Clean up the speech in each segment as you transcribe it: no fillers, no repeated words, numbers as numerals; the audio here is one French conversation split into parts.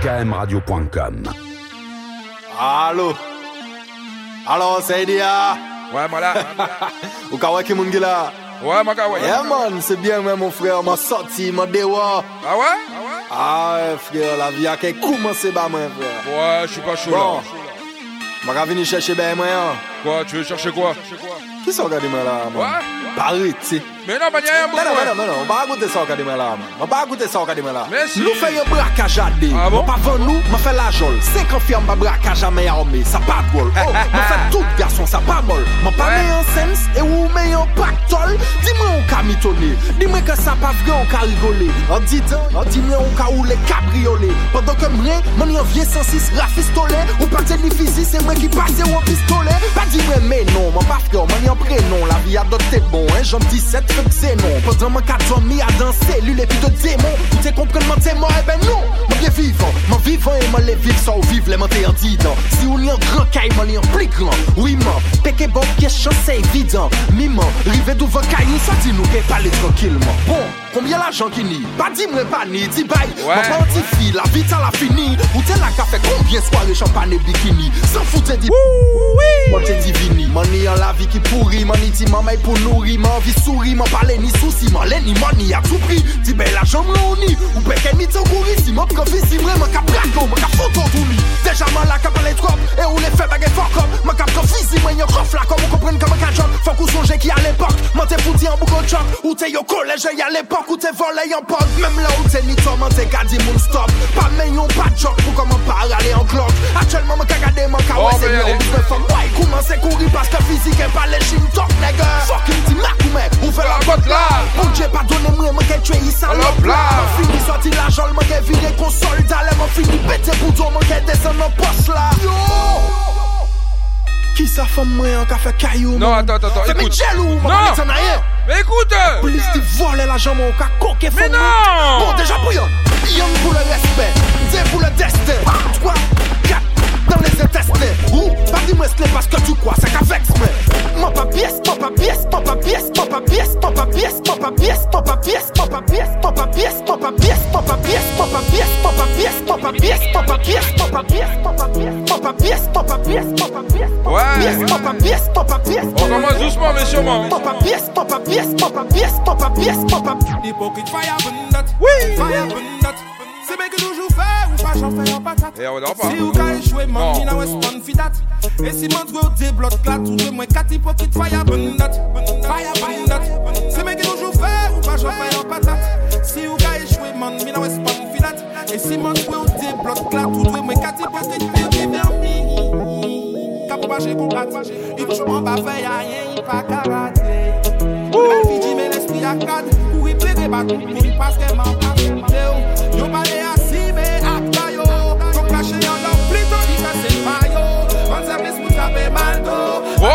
akmradio.com. Allô? Alors, c'est Dia. Ouais, moi là. Ou ka wè ki moun gila? Ouais, moi ka ouais. Yeah, man, c'est bien, mais mon frère, m'a sorti, m'a dewa. Ah ouais? Ah ouais, frère, la vie a qu'à commencer, bah, moi, frère. Ouais, je suis pas chaud Bon. là. M'a ka vini chercher, ben, moi, hein. Quoi, tu veux chercher quoi? Qui sont regardé, moi, là, man? Ouais? Paris, tu sais. Mais non, bah y'a rien beaucoup. Non, on va goûter ça au cadre là. On va goûter ça au cadre là. Mais si. Nous faisons un braquage à deux. Ah bon? Pas vendre nous, on fait la jole. 5 ans ferme, pas braquage à meilleur armée. Ça pas drôle. Oh, on fait tout garçon, ça pas molle. On pas meilleur sens et ou meilleur pactole. Dis-moi on ka mitonner. Dis-moi que ça pas vrai, on ka rigoler. En dis-moi on ka rouler cabriolet. Pendant que moi, mon y en vient 106 rafistolé. Ou pas de physique, c'est moi qui passe au pistolet. Pas dis-moi mais non, mon pas frère, mon y en prénom. La vie a doté bon, hein, j'en 17 trucs c'est non. Pendant mon 4 ans, mis à danser, lui les puis de démons. Ou t'es compris, mon t'es mort, eh ben non. Mon bien vivant, mon vivant et mon les vivre sans vivre, les monter en disant. Si on y en grand caille, mon y en plus grand. Oui, man, péké bon, pièce chance, c'est évident. Miman, rivé d'ouvre caille, ça dit nous qu'est parler tranquillement. Bon, combien l'argent qui nie? Pas dis-moi pas ni, dis bye. Ma petite fille, la vie ça la fini. Ou t'es là qu'a fait combien soirées champagne et bikini? Sans foutre dit, moi t'es divini. Mon y en la vie qui pourrit, mon y dit maman pour nourrir, mon vie sourit, mon parler ni souci, mon lait ni money à tout prix. Dis ben la jambe l'oni, ou péké ni t'en courir, si mon profit si vraiment qu'à braco, mon qu'à photo tout lui. Déjà man la qu'à parler trop, et où les fait baguette fort comme, mon qu'à profit si moi y'en rofle là, comme on comprenne comme un job. Faut qu'on songe qui à l'époque, mon t'es fouti en boucle de choc, ou t'es au collège et à l'époque, où t'es volé en pote. Même là où t'es ni toi, mon t'es qu'à dire mon stop. Pas meillon, pas de choc, pour comment pas aller en cloque. Actuellement, mon qu'à garder mon qu'à ouais, c'est mieux, on peut faire ouais, comment c'est courir parce que physique est pas les chines top, nègre. Fucking petit mac ou mec, ou fait la botte là. Bon Dieu, pas donné moi, mon qu'à tuer, il s'en l'op là. Mon fini sorti la jole, mon qu'à virer console, d'aller, mon fini péter bouton, mon qu'à descendre en poste là. Yo! Qui ça fait moi en café caillou? Non, attends, écoute. Mais jaloux, mon non! t'en a rien. Mais écoute! Police qui vole la jambe au cas coquet. Mais non! Bon, déjà pour yon. Yon pour le respect. Deux pour le destin. 3, 4 dans les intestins. Ou, pas dis-moi ce parce que tu crois, c'est qu'à vex, mais. Mon pas pièce, mon pas pièce, mon pas pièce, mon pas pièce, mon pas pièce, mon pas pièce, mon pas pièce, mon pas pièce, mon pas pièce, mon pas pièce, mon pas pièce, mon pas pièce, mon pas pièce, mon pas pièce, mon pas pièce, mon pas pièce, mon pas pièce, mon pas pièce, mon pas pièce, mon pas pièce. Ouais! Mon pas pièce, mon pas pièce. On commence doucement, mais sûrement. Mon pas pièce, mon pas pièce, mon pas pièce, mon pas pièce, mon pas pièce. Hypocrite fire bundat. Oui! Fire bundat. C'est bien que toujours fait ou pas j'en fais en patate. Et on dort pas. Si ou ka échoué, man, mi na respond fidat. Et si montre ou débloque là, tout de moins 4 hypocrite fire bundat. Fire bundat. C'est bien que toujours fait ou pas j'en fais en patate. Si ou ka échoué, man, mi na respond fidat. Et si montre ou débloque là, tout de moins 4 hypocrite fire bundat. Cap pas j'ai combattu. Il touche en bas fait y'a rien, il pas karaté. La vie dit mais l'esprit a cadre. Pour y plaider pas tout le monde parce qu'elle m'a pas fait. Yo parlé assis mais acta yo. Ton caché en l'homme plutôt dit que c'est pas yo. On service pour taper mal d'eau.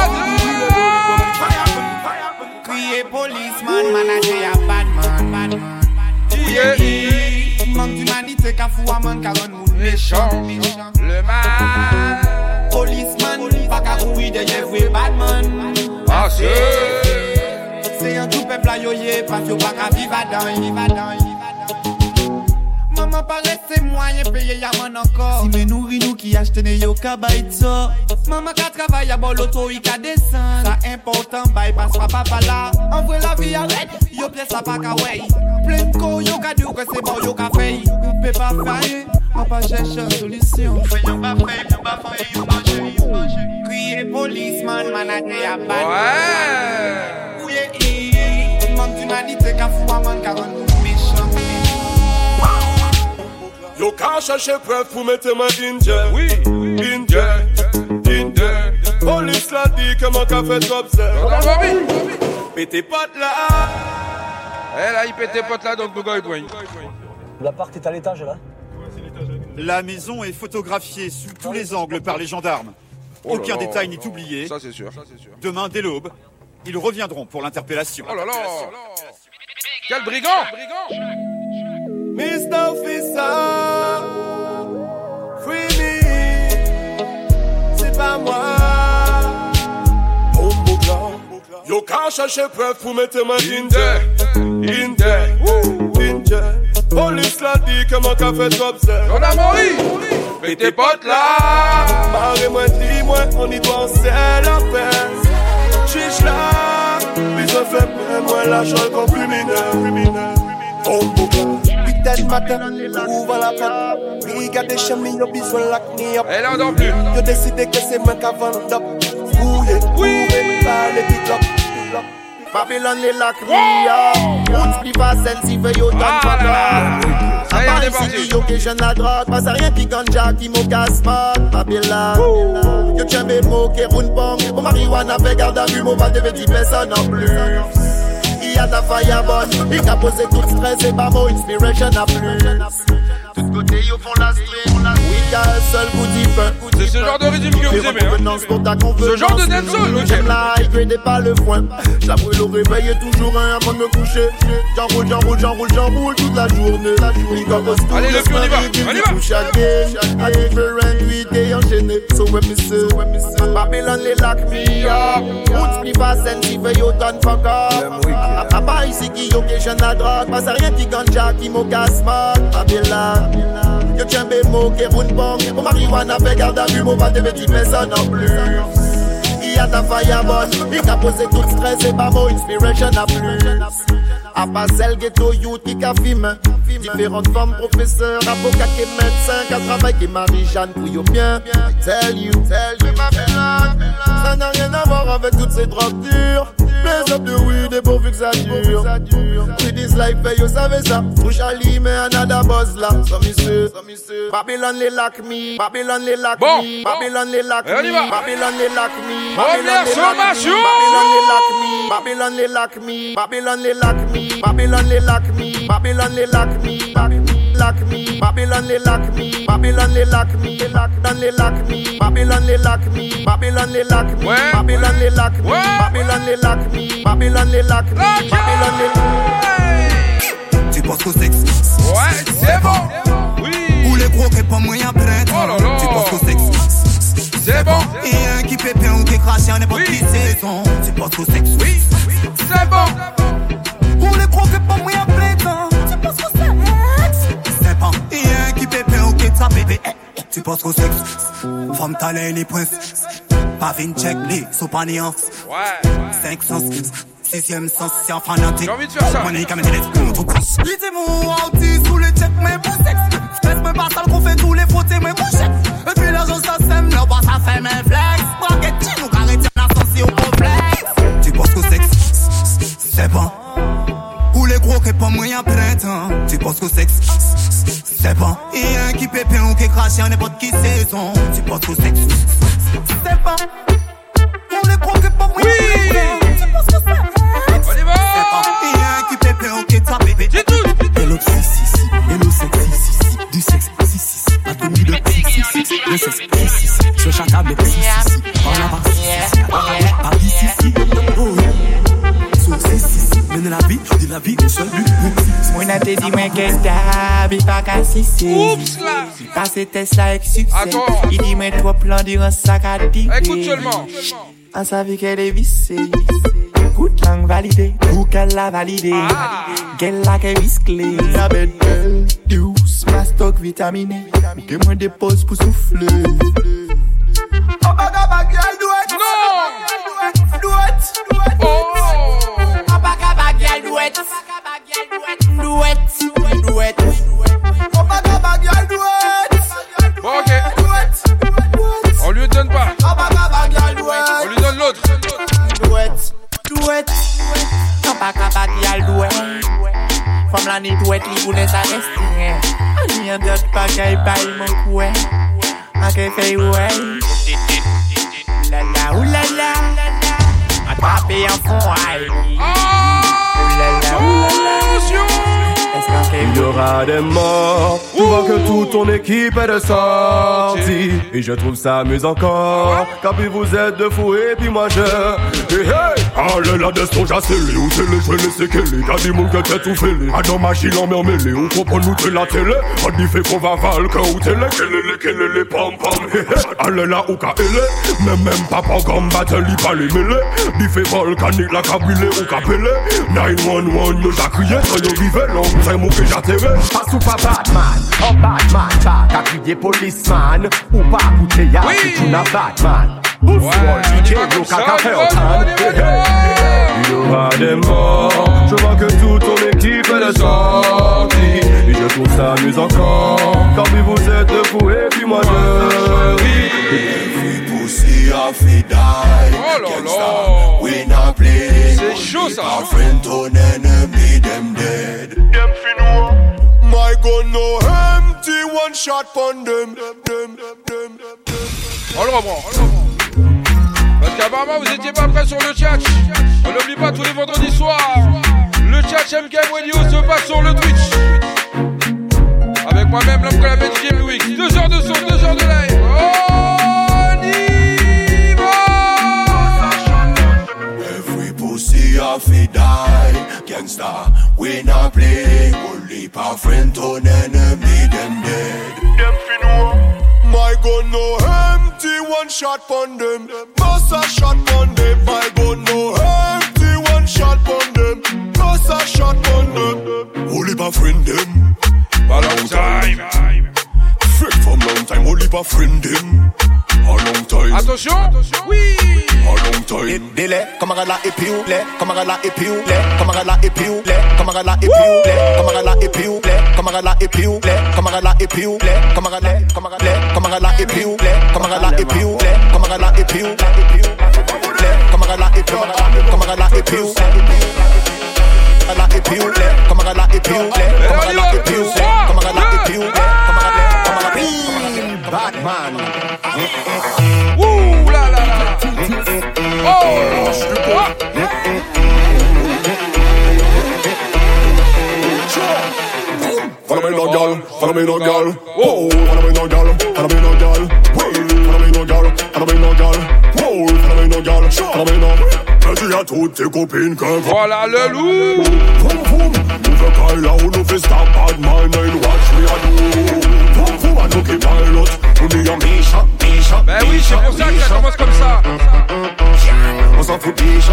Crier policeman, manager à badman. Manque d'humanité qu'a fou à man car on méchant. Le mal. Policeman, pas qu'à courir derrière vrai badman. Ah, c'est un tout peuple à yoyer parce que pas qu'à vivre dedans. Maman paraît c'est moyen payer y'a man encore. Si me nourrit nous qui achète ne yo ka bay ça. Maman ka travaille à bon l'auto y ka descend. Ça important bay passe papa là. En vrai la vie arrête, yo pièce ça pas ka way. Plein de co yo ka dire que c'est bon yo ka fait. On peut pas faire, on pas chercher une solution. Yo pas faire, yo manger. Crier policeman manager à bad. Ouais. Oui, manque d'humanité qu'a fou à man car on méchant. Yo ka chercher preuve pour mettre ma danger. Oui. Danger. Police l'a dit que mon café trop observe. Pété pote là. Eh là, il pète tes potes là, donc nous gagnons point. L'appart est à l'étage là. La maison est photographiée sous tous les angles par les gendarmes. Aucun détail n'est oublié. Ça c'est sûr. Demain, dès l'aube, ils reviendront pour l'interpellation. Oh là là. Quel brigand. Mr. Officer, free me. C'est pas moi. Yo ka chercher preuve pour mettre ma danger. Police l'a dit que mon café trop observe. On a mori. Mais tes potes là. Marie-moi, dis-moi, on y doit en serrer la peine. Chiche là. Ils ont fait plein, moi la chole comme criminel. Oh, Putain de matin, ouvre la porte. Brigade des chemis, y'a besoin de l'acné. Elle en dort plus. Y'a décidé que c'est moi qui a vendu up. Oui, par les pick-up. Babylon les lacs mi Route plus pas sensible yo donne pas grave. Ça y est, on est parti. Yo que je n'a drogue pas à rien qui ganja qui mo casse pas Babylon Yo tiens mes mots qui roule bang Au marijuana fait garde à vue Mo pas devait dire personne en plus Il y a ta fireball Il a posé tout stress et pas mon inspiration à plus Tout côté yo font la street Oui y'a un seul goût different C'est ce genre de rythme que vous aimez hein. Ce genre de dancehall ok. J'aime la hype et pas le foin La brûle au réveil et toujours un avant de me coucher J'enroule toute la journée Allez le pied on y va. A different week-day enchaîné So when me say Babylon les lacs mi Roots plus pas sensible yo done fuck up A pas ici qui yo que j'en a drogue Pas à rien qui ganja qui mo casse mode Babylon Yo tiens mes mots qui roule bang Au marijuana fait garde à vue Mo pas devait dire personne en plus Il y a ta fireball Il a posé tout stress et pas mon inspiration à plus A pas celle ghetto youth qui a filmé Différentes femmes, professeurs, avocats et médecins Qui travaillent qui Marie-Jeanne pour yo bien Tell you Ça n'a rien à voir avec toutes ces drogues dures Les up de weed et pour que ça dure We this life fait yo savez ça Touche à lui mais another buzz là So me say Babylon les lacs mi Babylon les lacs mi Babylon les lacs mi Babylon les lacs mi Babylon les lacs mi Babylon les lacs mi Babylon les lacs mi Babylon les lacs mi Lac mi Babylon les lacs mi Babylon les lacs mi Babylon les lacs mi Babylon les lacs mi Babylon les lacs mi Babylon les lacs mi Babylon les lacs mi Babylon les lacs mi Babylon les Tu penses qu'au sexe Ouais c'est bon. Oui. Pour les gros qui pas moyen plein. Oh là là. Tu penses qu'au sexe C'est bon. Et un qui fait bien ou qui crache en n'importe quelle saison. Tu penses qu'au sexe Oui. C'est bon. Pour les gros qui pas moyen plein. Tu penses qu'au sexe C'est bon. Et un qui fait bien ou qui tape bébé. Tu penses qu'au sexe Femme talent les princes Pas vin check les sopaniens. Ouais. 5 sens 6e sens c'est un fanatique. J'ai envie de faire ça. On est comme des Dites-moi anti sous les checks mais bon sexe Faites-moi pas sale qu'on fait tous les fautes mais bon chèque Et puis l'argent ça sème, le boss ça fait mes flex Braquette nous carré tiens l'ascension complexe Tu penses qu'au sexe C'est bon Pour les gros qui pas moyen plein temps Tu penses qu'au sexe C'est bon Et un qui pépé ou qui crache en n'importe qui saison Tu penses qu'au sexe C'est bon Pour les gros qui pas moyen plein temps Tu penses qu'au sexe On y va. Et un qui pépé ou qui tape bébé C'est tout. Hello, si, hello, sexe, du sexe, si, pas de nuit de si, le sexe, si, sur chaque table, si, en avant, pas si, oh, si, mener la vie, de la vie, une seule but, Moi n'a te dit moi que t'as bi pas qu'à si. Oups là. Passé Tesla avec succès. Attends. Il dit mais toi plan durant sa cadie. Écoute seulement. On savait qu'elle est vissée. Good langue validée, ou qu'elle l'a validée. Qu'elle l'a qu'elle visclée. La belle belle, douce, ma stock vitaminé. Ou que moi dépose pour souffler. Oh, bagaba, girl, do it. Non. Do it. Oh. Oh, bagaba, girl, do it. Do it. Do it. Oh, bagaba, girl, do it. Bon ok. On lui donne pas. Oh, bagaba, girl, do it. On lui donne l'autre. Do it. Oh, bagaba, girl, do it. Femme la ni do it, li pou sa reste. Ani an dot bagay bay mon kouè. An ke fey wè. Oulala, oulala. Attrapé en fond, aïe. Oulala, oulala. Il y aura des morts, tu vois que toute ton équipe est de sortie. Et je trouve ça amusant encore, car puis vous êtes de fous et puis moi je... Hey, hey. Allez la destin j'assélé, ou télé je vais laisser qu'elle. Y'a des moules que t'es tout fêlé. À nos machines en mermêlé, ou comprend nous t'es la télé. On dit fait qu'on va valquer ou télé. Qu'elle les pam pam. Allez là ou ka elle. Même papa comme battle, il pas les mêlés. Il fait volcanique la cabrilé ou capelé. 911 nous a crié, ça y vivait long. C'est mon que j'atterré. Pas sous pas Batman, oh Batman, pas qu'à crier policeman. Ou pas coûter ya, si tu n'as Batman. Ouf, DJ, yo caca fait autant. Il y aura des morts. Je vois que toute ton équipe est de sortie. Et je trouve ça amusant quand vous êtes fous et puis moi je ris. Every pussy off it die. Oh là là. We not play. C'est chaud ça. Our friend to enemy them dead. Them finwa. My gun no empty, one shot on them. On le reprend. Parce qu'apparemment vous étiez pas prêts sur le chat. On n'oublie pas tous les vendredis soirs. Le chat MK Radio se passe sur le Twitch. Avec moi-même l'homme que la met DJ Louis. 2 heures de son, 2 heures de live. On y va. Every pussy off it die. Gangsta, we not play. Only our friend to enemy them dead. Them finwa. My gun no empty, one shot on them. Bust a shot on them. My gun no empty, one shot on them. Bust a shot on them. Only my friend them. A long time. Freak from long time. Only my friend them. A long time. Attention. Oui. A long time. Délai, camarade là et puis ou les, camarade là et puis ou les, camarade là et puis ou les, camarade là et puis ou les, camarade là et puis ou les, camarade là et puis ou les, camarade là et puis ou les, camarade là et puis ou les, camarade là et puis ou les, camarade là et puis ou les, camarade là et puis ou les, camarade là et puis ou la et puis ou les, camarade là et puis ou les, camarade là et puis ou les, camarade là et puis ou les, camarade là Batman. Ouh là là là. Oh. Follow me no girl, follow me no girl. Whoa, follow me no girl, follow me no girl. Follow me no girl, follow me no girl. Whoa, follow me no girl, follow me no. Dis à toutes tes copines que voilà le loup. Boum boum, nous caille là où nous fait stop bad man and watch me a do. Boum boum, à nous qui pilote, on dit en méchant. Ben oui, c'est pour ça que ça commence comme ça. On s'en fout déjà.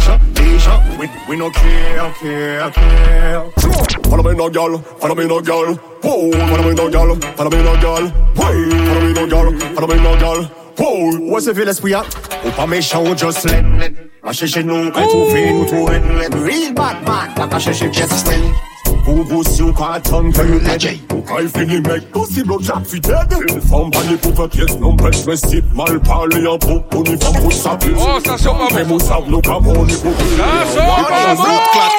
We no care. Follow me no girl, follow me no girl. Whoa, follow me no girl, follow me no girl. Hey, follow me no girl, follow me no girl. Whoa, où est-ce que l'esprit a? Ou pas méchant ou just let. A chercher nous, quand tout fait nous tout real Batman, pas chercher pièce style. Vous si ou quand attendre que you legend. Ou quand il finit mec, possible au jack fit dead. Une femme pas les pauvres pièces, non pêche mais si mal parler en pro. On y va pour sa pièce. Oh ça sort pas bon. Mais mon sable nous pas bon, on y pour plus. Ça sort pas bon.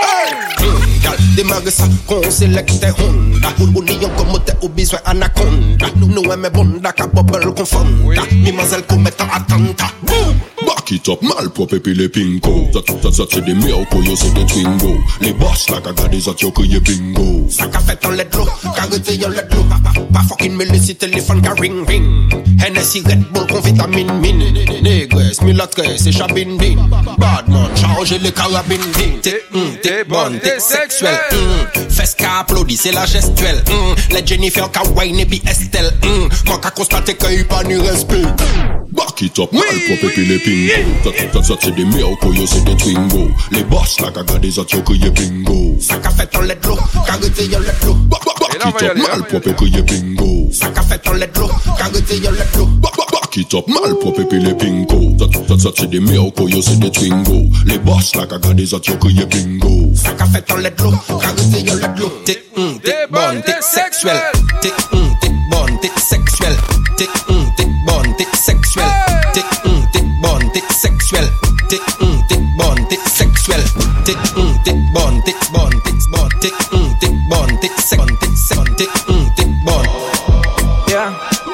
Démarre ça, qu'on sélecte Honda. Ou lion comme t'es au besoin anaconda. Nous aimons bonda, qu'à bubble confonda. Mimazelle commet un attentat. Back it up, malpropre et puis les pinko. Ça c'est des miracles, yo c'est des twingo. Les boss là, qu'à des autres, yo que y'a bingo. Ça qu'a fait en let l'eau, carité yon let l'eau. Pas fucking mêlé si téléphone qu'a ring ring. Hennessy Red Bull con vitamine mine. Négresse, mulâtresse et chabindine. Badman, chargez les carabines. T'es bonne, t'es sexuelle. Fesse qu'a applaudi, c'est la gestuelle. Les Jennifer qu'a wine et puis Estelle. Moi qu'a constaté qu'il y a pas ni respect. Back it up, malpropre et puis les pingo. Ça c'est des miracles, yo c'est des twingo. Les boss là, qu'à des autres, yo que y'a bingo. Ça qu'a fait en let l'eau, carité yon let l'eau. Back it up, malpropre et puis y'a bingo. Ça qu'a fait en let l'eau, carité yon let l'eau. Back it up, malpropre et puis les pingo. Ça c'est des miracles, yo c'est des twingo. Les boss là, qu'à des autres, yo que y'a bingo. Ça qu'a fait en let l'eau, carité yon let l'eau. T'es bonne, t'es sexuelle. T'es bonne, t'es sexuelle. T'es bonne, t'es sexuelle. T'es bonne, t'es sexuelle. T'es bonne, t'es sexuelle. T'es bonne, t'es bonne, t'es bonne. T'es bonne, t'es bonne, t'es bonne. Yeah.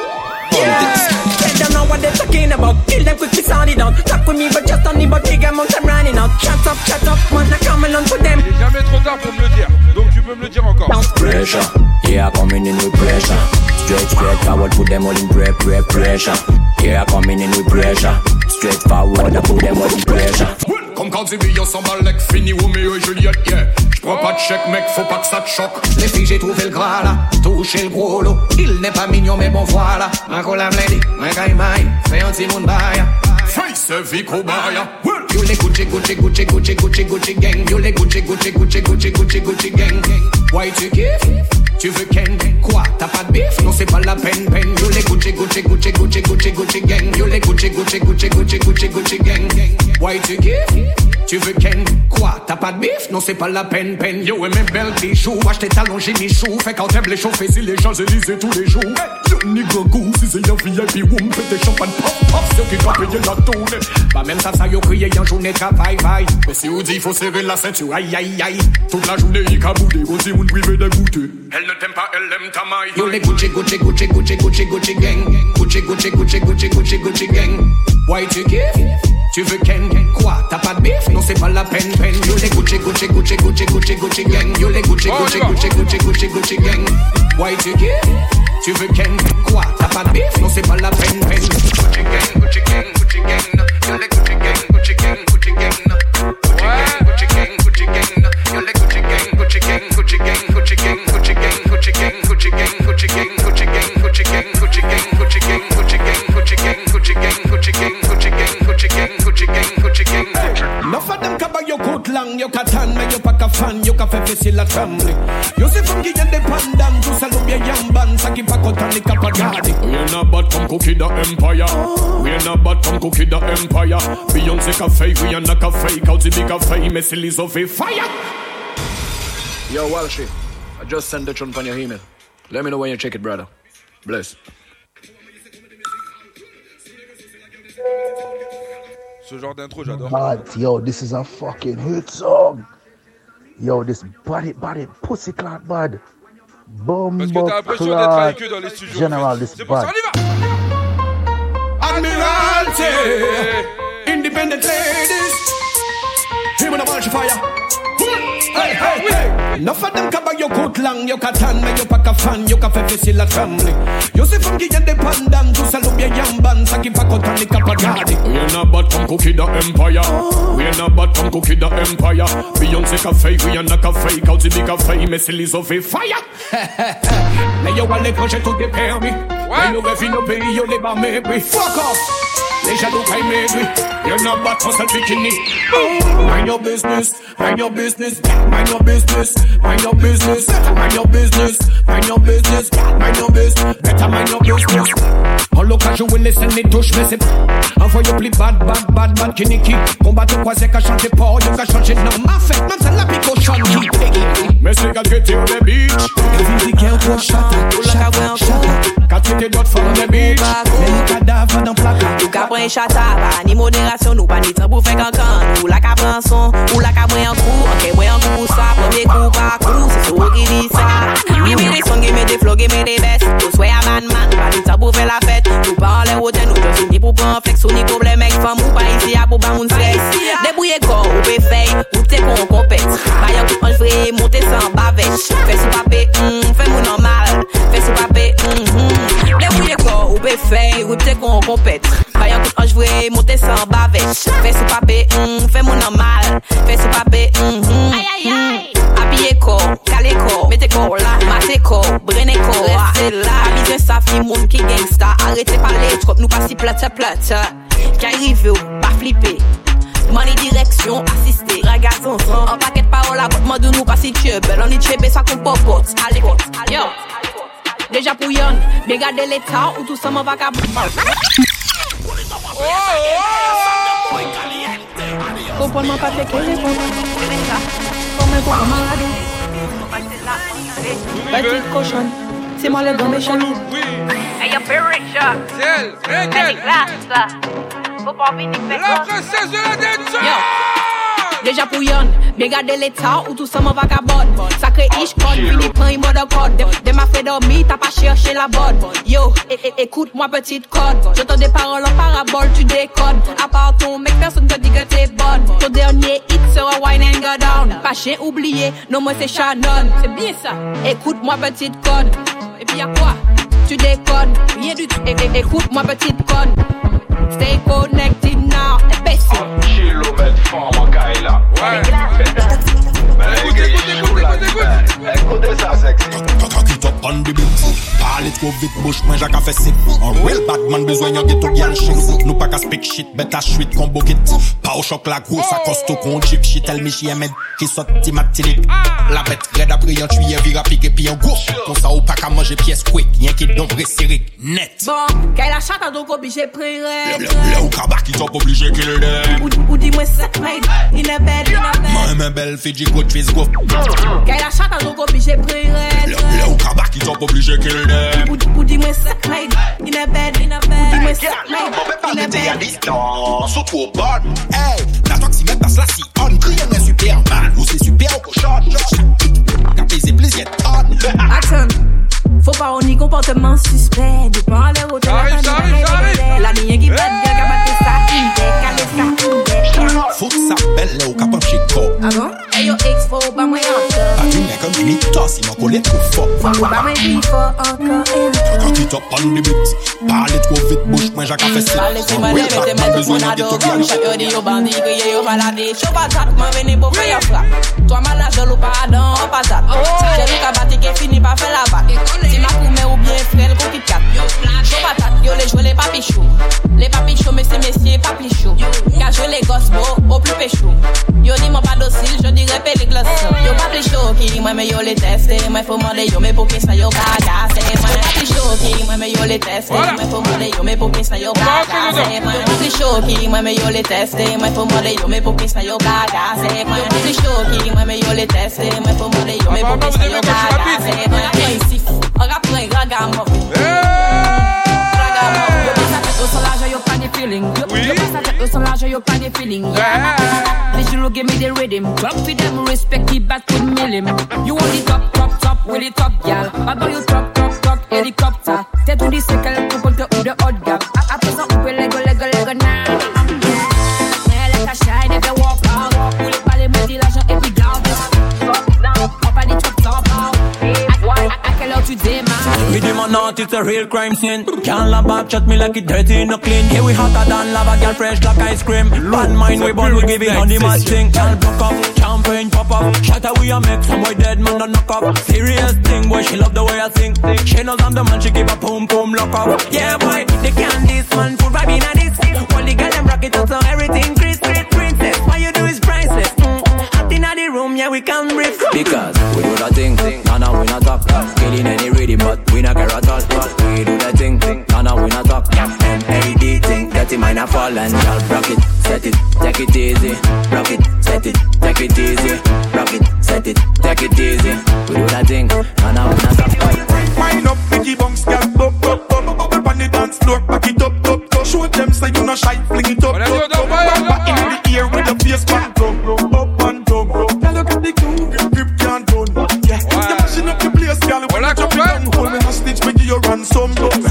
They don't know what they're talking about. Kill them quickly, sound it out. Talk with me, but just on the but big amount I'm running out. Shut up, man, I come along for them. Il est jamais trop tard pour me le dire, donc tu peux me le dire encore. Pressure, yeah, coming in with pressure. Straight forward, put them all in pressure. Yeah, coming in with pressure. Straight forward, I put them all in pressure. Comme quand Zibi on s'emballe like fini Romeo et Juliette, yeah. J'prends pas de chèque mec, faut pas que ça te choque. Les filles j'ai trouvé le gras là, touché le gros lot. Il n'est pas mignon mais bon voilà. Ma cola blendé, ma gaïmaï, fais un petit monde baïa. Face Vico Baya. You les Gucci gang. You les Gucci gang. Why tu kiffes? Tu veux Ken? Quoi? T'as pas de bif? Non c'est pas la peine. You les Gucci gang. You les Gucci gang. Why tu kiffes? Tu veux Ken? Quoi? T'as pas de bif? Non c'est pas la peine. Yo et mes belles bijoux, acheter tes talons j'ai michou. Fait quand t'aimes les chauffer si les Champs-Élysées tous les jours. Yo nigga goût si c'est un VIP woum. Fais des champagnes pop, ceux qui t'ont payé la tournée. Pas même ça y a crié en journée travail. Mais si on dit faut serrer la ceinture, aïe. Toute la journée il caboudé, on dit on privé de goûter. Elle ne t'aime pas, elle aime ta maille. Yo les Gucci gang. Gucci gang. Why tu kiffes? Tu veux Ken? Quoi? T'as pas de bif? Non c'est pas la peine. Yo les Gucci gang. Yo les Gucci gang. Why tu kiffes? Tu veux Ken? Quoi? T'as pas de bif? Non c'est pas la peine. Gucci gang. Yo les Gucci gang. Enough of them can buy your coat long, you can tan, mais you pack a fan, you can faire fesser la famille. You see from qui indépendant, tout ça l'oublie yamban, ça qui pas content les capagades. We ain't not bad from cookie the empire. We ain't not bad from cookie the empire. Beyoncé café, we ain't not café, Kauzi big café, mais c'est les of fire. Yo, Walshy, I just sent the tune on your email. Let me know when you check it, brother. Bless. Ce genre d'intro, j'adore. Yo, this is a fucking hit song. Yo, this body, pussy clot bad. Parce que t'as l'impression d'être avec eux dans les studios. General, this c'est pour ça, bad. on y va. Admiralty, independent ladies. Here with a bunch of fire. Hey. Enough of them can buy your coat long, you can tan, mais you pack a fan, you can faire fesser la famille. You see from qui indépendant, tout ça l'oublie yamban, ça qui pas content les capagades. We ain't not bad from cookie the empire. We ain't not bad from cookie the empire. Beyoncé café, we ain't not café, Kauzi big café, mais c'est les of fire. Mais yo à l'étranger tout est permis. Mais yo rêve nos pays, yo les bas mépris. Fuck off. Les jaloux paient mépris. You're not bad for some bikini. Mind your business, mind your business, mind your business, mind your business, mind your business, mind your business, mind your business, better mind your business. En l'occasion, vous laissez les touches, mais c'est envoyez plus bad, kiniki. Combattre quoi, c'est qu'à changer port, y'a qu'à changer de nom. Ma fête, même ça la pique au chant. Mais c'est qu'à quitter on the beach. Every weekend, pour chata. Quand tu t'es d'autres from the beach. Mais le cadavre dans plaque. Ou ka pren chata, pa ni modération, nou pa ni temps pour faire cancan. Ou la ka pren son, ou la ka pren un coup. Ok, ouais un coup pour ça, premier coup par coup. C'est so qui dit ça. Give me des sons, give me des flows, give me des best. Tous way a man, pas ni temps pour faire la fête. Nous pas en l'air hôtel, nous just ni pour prendre flex. Ou ni problème avec femme, ou pas ici à pour pas moun sexe. Débrouiller corps, ou pe fey, ou t'es qu'on compète. Bayan tout en vrai, monter sans bavèche. Fais sous papé, fais mon normal. Fais sous papé, débrouiller corps, ou pe fey, ou t'es qu'on compète. Bayan tout en vrai, monter sans bavèche. Fais sous papé, fais mon normal. Fais sous papé, habillé corps, calé corps, mettez corps là, maté corps, brené corps, restez là. Habillé sa fille, moun qui gangsta. Arrêtez parler, trop nous pas si plate. Qui arrive ou pas flipper. Money direction, assisté, regarde son son. En paquet de paroles à bout, de nous pas si tu es belle. On est chébé, ça qu'on popote. Allez, yo. Déjà pour yon, bien garder l'état ou tout ça m'en va cabou. Comprends-moi pas fait que les bons. Comme un gros malade. Petite cochonne, c'est moi le grand méchant. Hey, yo, Perisha. La princesse de la dance. Déjà pour yon, bien garder l'état ou tout ça m'en vagabonde. Sacré Ishkon, fini prend une mode code. De m'a fait dormir, t'as pas cherché la bonne. Yo, écoute-moi petite code. J'entends des paroles en parabole, tu décodes. À part ton mec, personne te dit que t'es bonne. Ton dernier hit sera Wine and Go Down. Pas chien oublié, non moi c'est Shannon. C'est bien ça, écoute-moi petite code. Et puis y'a quoi? Tu décodes, rien du tout. Écoute-moi petite code. Stay connected now, imbécile. forme, Kaila. Ouais. Écoutez ça, sexy. Cock it up on the beat. Parle trop vite, bouche, moi j'ai qu'à faire sick. Un real bad man besoin de get to girl shit. Nous pas qu'à speak shit, bête à chouette combo kit. Pas au choc la grosse, à costo qu'on chip shit. Elle m'y aime qui soit timatilique. La bête raide après un tuyau vira pique et puis un gros. Comme ça ou pas qu'à manger pièce quick. Y'en qui don vrai sérique net. Bon, qu'elle a chata donc obligé près. Le ou kaba qui t'op obligé kill them. Ou dis-moi ça, mate. Il est belle, moi belle fille go twist go. Qu'elle a chata donc obligé près. Le ou kaba qui t'op obligé kill them. Ou dis-moi ça, mate. Il est belle, ou dis-moi ça, mate. Il est belle. Surtout au bon. Hey, la toximètre passe là si on crie un Superman. Ou c'est super au cochon. Qu'a pesé plaisir tonne. Attends. Faut pas au ni comportement suspect. De parler au téléphone. La ligne qui bat bien, qu'a battu ça, faut que ça belle là au capon chez corps. Ah bon? Hey yo X, faut pas moi encore. Pas du mec comme une tosse, il m'a collé trop fort. Faut pas moi dire fort encore et quand tu top on the beat. Parle trop vite, bouche, moi j'ai qu'à faire ça. Parle c'est moi, mettez-moi besoin de tout bien. Chaque yo dit yo bandit, que yo maladie. Chaud patate, moi venez pour faire frappe. Toi malade, je l'ou pardon, patate. J'ai lu qu'à battre qui finit par faire la batte. Si ma coumé ou bien frère, qu'on quitte 4. Chaud patate, yo les jouer les papichous. Les papichous, messieurs, papichous. Car je les gosses beaux, au plus péchou. Yo dis moi pas docile, je dirais pelé glace. Yo pas plus chaud qui moi mais yo les tester. Moi faut demander yo mais pour qui ça yo cagasse. Moi pas plus chaud qui moi mais yo les tester. Moi faut demander yo mais pour qui ça yo cagasse. Moi pas plus chaud qui moi mais yo les tester. Moi faut demander yo mais pour qui ça yo cagasse. Moi pas plus chaud qui moi mais yo les tester. Moi faut demander yo mais pour qui ça yo cagasse. Moi ici, on rapprend un grand gamin. Yo son large, yo pas de feeling. Yo son large, yo pas de feeling. This you give me the rhythm. Drop for them, respect the back with millim. You want the top, with the top, gal. Baba you top, helicopter. T'es tout dit c'est qu'elle te compte ou de hot gap. À présent, on peut Lego now. Mais les cachets, they can walk out. Pour les parler, moi dis l'argent et puis garde. On pas dit top, à quelle heure tu démarres? Me demon not, it's a real crime scene. Can't love back, chat me like it dirty, no clean. Here we hotter than lava, girl fresh like ice cream. Bad mind, we born, we give it on the mad thing. Can't block up, champagne pop up. Shatter we a make, some boy dead man don't knock up. Serious thing, boy, she love the way I sing. She knows I'm the man, she give a boom boom lock up. Yeah boy, they can't this man, full vibe in a this. All the girl them rock it up, so everything Chris, princess. What you do is priceless. Hot in the room, yeah we can riff. Because we do that thing, nah we not talk. Killing any rhythm, but we not care at all. We do that thing, nah we not talk. M-A-D thing, dirty mind a fall and y'all rock it, set it, take it easy. Rock it, set it, take it easy. Rock it, set it, take it easy. We do that thing, nah we not talk. Wind up, Biggie Bunks, girl, up on the dance floor, back it up. Show them say you no shy, fling it up. Back in the air with the face man, up and down. Girl, look at the groove, grip can't done. Yeah, you're mashing up the place, girl. When you drop it down, hold me hostage, make you run some.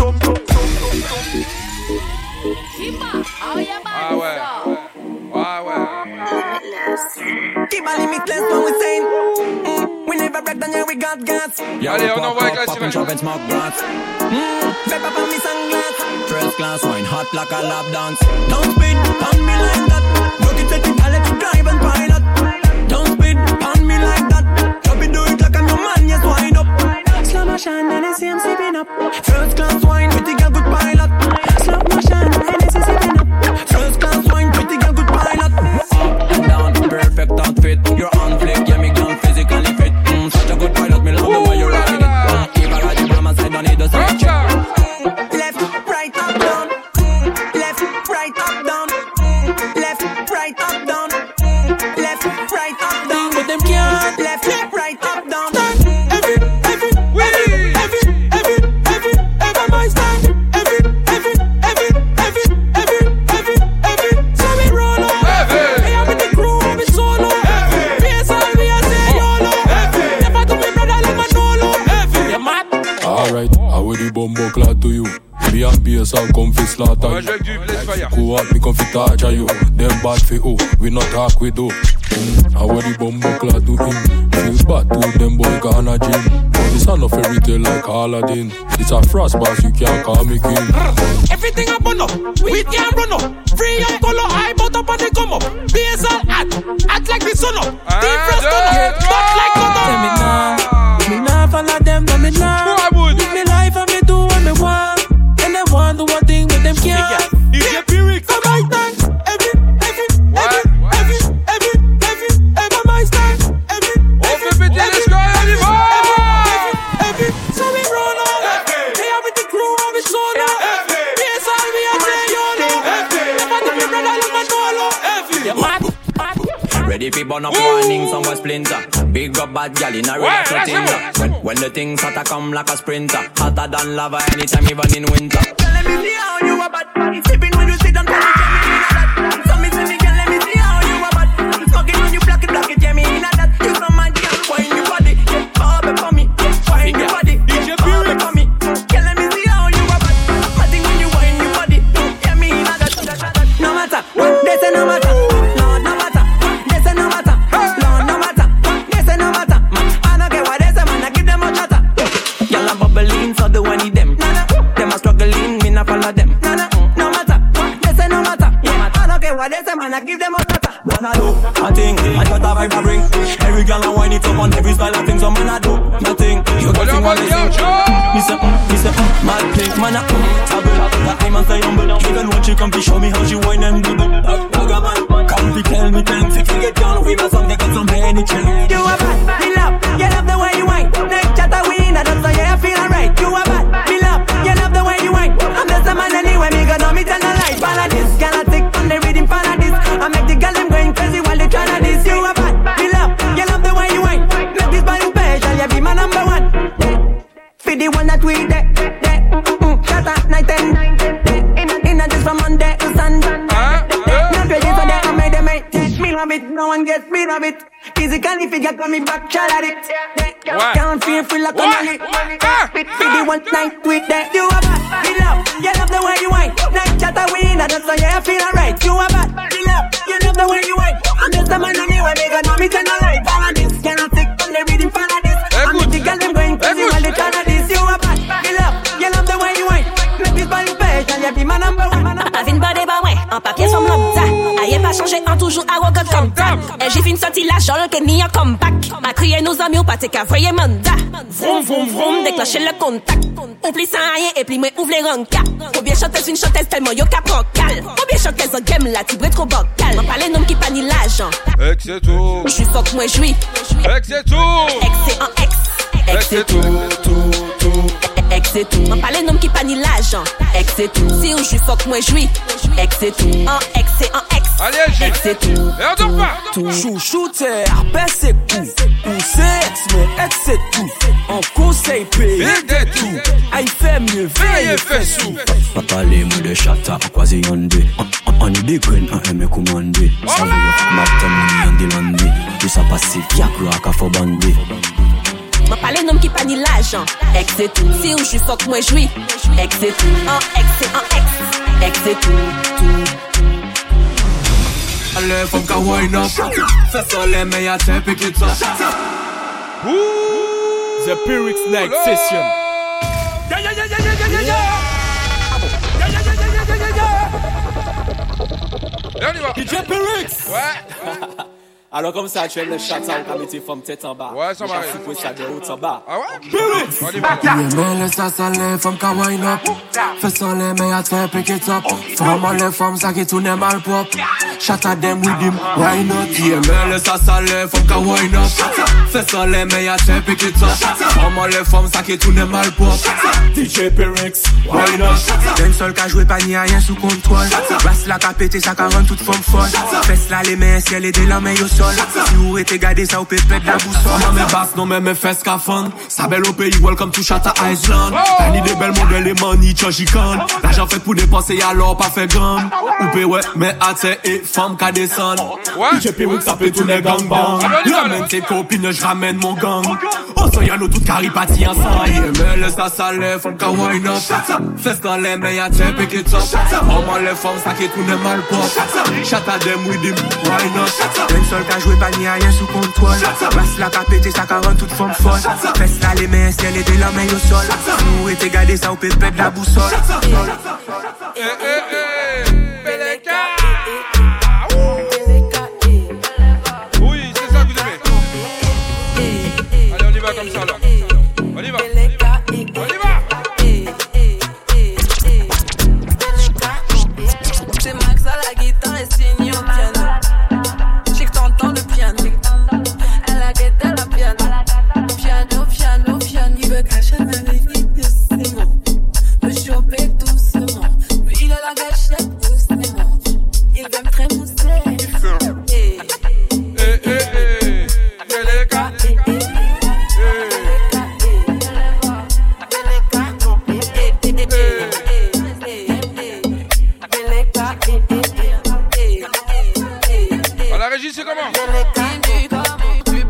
Keep a limitless when we saying we never break down, yeah we got guts. Allez, on envoie avec la semaine. Fais pas par mes sunglasses. First class wine, hot like a lap dance. Don't speed on me like that. Look it, take it, I let you drive and pilot. Don't speed on me like that. Drop it, do it like I'm your man, yes, wind up. Slow motion, Hennessy, I'm sipping up. First class wine, pretty girl, good pilot. Slow motion, Hennessy, sipping up. First class wine, pretty girl, good pilot. Up and down, perfect outfit. You're on flick, yeah, me gone physically fit. Such a good pilot, me love the way you're riding it. If I ride it by my side, don't need a side check. Left, right, up, down. Left, right, up, down. Left, right, up, down. Left, right, up, down. But them can't. Left, right, up, down. Every my style. Every. So we roll up. I am in the crew, I'm in solo. PSI, we are saying YOLO. Never to me, brother, let me know. Alright, how would the bumbo clad to you? Me and bass and come fi slaughter you. Go out, me come fi torture you. Them bad fi who, we not talk with who. How the bumbo clad to him. Feel bad to them boy gonna gym. This a no fairy tale like Aladdin. It's a frost boss, you can't call me king. Everything I burn up, we can't run up. Free and color, I bought up and they come up. Bass all act like the sun up. Deep frost turn up, but like gun up. Me nah follow them, no me nah. Live me life and me do what me want. And I want to do one thing with them can't. DJ Pyrex, come my time. Every my style. Every. So we run on. They have with the crew on the shoulder. Yes, all we are say YOLO. Never do me brother look my solo. Ready for burn up warning, somewhere splinter. Big up bad gal in a real tinder. When the things hotter come like a sprinter. Hotter than lava anytime even in winter. Let me see how you are bad. Sipping when you sit down, tell me get me in that. So me say me can let me see how you are bad. Smoking when you block it, get me in that. You some man can wine your body. Bob for me, wine your body. Bob for me. Can let me see how you are bad. Nothing when you wine your body. Get me in that. No matter what they say, no matter. I give them a cutter. What I do, I think, I got a vibe I bring. Every girl I wind it up on every style of things. So man I do, nothing. You got to want to sing. Me say, mad thing, man I tabble. That time I say humble. Even when she come to show me how she whine and bubble. Come to tell me things. If you get down with my song, they got some penny chill. You are bad, me love. You love the way you whine. Next chat I win, I don't say yeah, I feel alright. You are bad, me love. You love the way you whine. I'm just a man anyway, me gonna me tell no lie. Paladis, can I take on the rhythm paladis? I make the girl them going crazy while they tryna diss. You are bad, me love, you love the way you whine. Make this body special, you be my number one. For the one that we there, shut up, night and in a just from Monday to Sunday. Not ready for that, I made them take me of it. No one gets me of it. Physically, if you get coming back, shut at it. Can't feel free like a money. For the one night with that. You are bad, me love, you love the way you whine. Night chat a win, I just say yeah, I feel alright. You are bad, me love, you love the way you whine. I'm just a man anyway, make a know me tell no lie. Paladis, cannot take on the reading paladis. I make the girl them going crazy while they tryna diss. You are bad, me love, you love the way you whine. Make this body special, you be my number one. Pas une bonne bah ouais, en papier son lambda. Aïe pas changé en toujours à walk comme ça. Et j'ai fin sorti la jolle que ni un comeback. A crié nos amis ou pas t'es qu'à voyer mandat. Vroom vroom vroom, déclencher le contact. Oublie sans rien et puis moi ouvre les rankas. Combien chanteuse une chanteuse tellement yo cap cal. Combien chanteuse en game là tu trop bancal. M'en parler nom qui panie l'argent. Ex c'est tout. J'suis fuck moi j'suis. Ex c'est tout. Ex c'est un ex. Ex c'est tout. Ex c'est tout. M'en parler nom qui panie l'argent. Ex c'est tout. Si ou j'suis fuck moi j'suis. Ex c'est tout. Un ex c'est un ex. Allez, ex c'est tout. Et on dort pas. Chouchouter, baisse c'est coup. Ou c'est ex mais ex c'est tout. En conseil payé des tout. Aïe fait mieux, veille fait sous. Papa les mots de chata, croisé yondé. On est des graines, on aime commander. Ça veut dire que ma famille en délandé. Tout ça passe via cloaca faut bander. M'en parler nom qui panie l'argent. Ex c'est tout. Si ou j'suis fuck moi j'suis. Ex c'est tout. Un ex c'est un ex. Ex c'est tout. Allez, faut qu'à wind up. Fais ça les meilleurs types et quitte ça. The Pyrex Night Session. DJ Pyrex. Ouais. Alors comme ça, tu aimes le chat, ça va mettre femme tête en bas. Ouais, ça va. Je ça de haut en bas. Ah ouais? Pyrex. Mais laisse ça les femmes qu'à wind up. Fais ça les meilleurs types et quitte up. Femme les femmes, ça qui tourne mal pop. Shut at them with him, why not? Yeah, mais laisse ça les femmes qu'à wind up. Fais ça les meilleurs types et quitte up. Femme les femmes, ça qui tourne mal pop. DJ Pyrex, why not? D'un seul qu'à jouer pas ni rien sous contrôle. Basse la capété, ça qu'à rendre toute forme folle. Fais là les mains, ciel et de la main au sol. Si vous êtes gardé, ça vous peut perdre la boussole. Non mais basse, non mais mes fesses qu'à fond. Ça belle au pays, welcome to Chata Island. T'as ni des belles modèles et money, change can. L'argent fait pour dépenser alors pas fait gamme. Ou ouais, mais à t'es et femme qu'à descendre. J'ai payé que ça peut tourner gangbang. Ramène tes copines, je ramène mon gang. Oh, ça y'a nous toutes caripati ensemble. Mais le ça salé, femme qu'à wine up. Fais dans les mains, y'a t'es piqué top. Maman les femmes, ça qui tourne mal pop. Chat à them with them, wine up. Même seul qu'à jouer, pas ni rien sous contrôle. Passe la qu'a pété, ça qu'à rendre toute forme folle. Fais là les mains, ciel et de la main au sol. Nous et t'es gardé, ça ou peut perdre la boussole. Oui, c'est ça que vous aimez. Allez, on y va comme ça là. On y va. On y va. C'est Max à la guitare et Signy au piano. J'ai que t'entends le piano. Elle a guetté la piano. Piano, piano, piano. Il veut cacher ma vie doucement. Me choper doucement. Lui il a la gâchette doucement. Il veut me trémousser. À la régie, c'est comment? Tu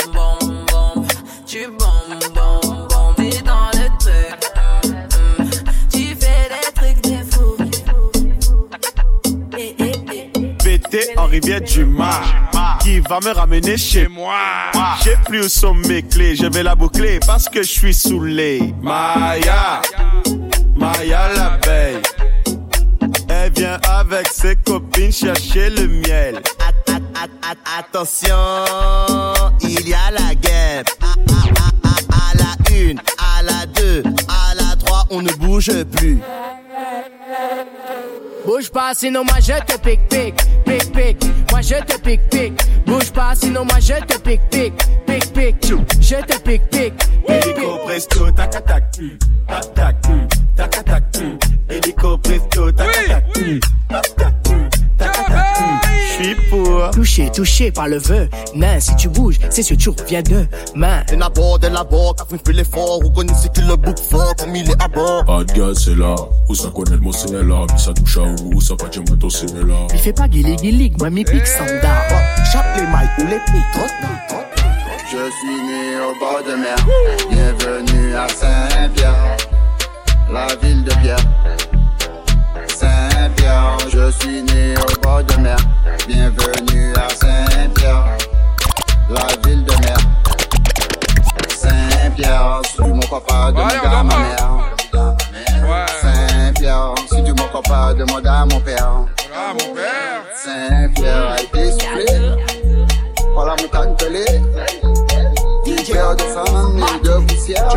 bonbon, t'es dans le truc. Tu fais des trucs des fous. Pété en rivière du Mar, qui va me ramener chez moi. J'ai plus où sont mes clés, je vais la boucler parce que je suis saoulé. Maya l'abeille, elle vient avec ses copines chercher le miel. Attention, il y a la guerre. À la 1, à la 2, à la 3, on ne bouge plus. Bouge pas sinon moi je te pique. Moi je te pique. Bouge pas sinon moi je te pique. Je te pique. Hélico presto, tac tac, tac tac, hélico presto, tac tac, je suis pour touché par le vœu. Man, si tu bouges, c'est sûr tu reviens demain. De la bord, quand on fait l'effort, on connaît ce qu'il le bouc fort, comme il est à bord. Pas de gaz, c'est là, où ça connaît le mot, c'est là. Puis ça touche à où, ça pas dire moto, c'est là. Il fait pas guilig, moi mi pique sanda. Chape les mailles ou les piques. Je suis né au bord de mer, bienvenue à Saint-Pierre, la ville de Pierre. Saint-Pierre, je suis né au bord de mer, bienvenue à Saint-Pierre, la ville de mer. Saint-Pierre, si tu mon papa, demande à ma mère. Saint-Pierre, si tu mon papa, demande à mon père. Saint-Pierre a été soufflé par la montagne pelée. Une paire de femmes et de poussière.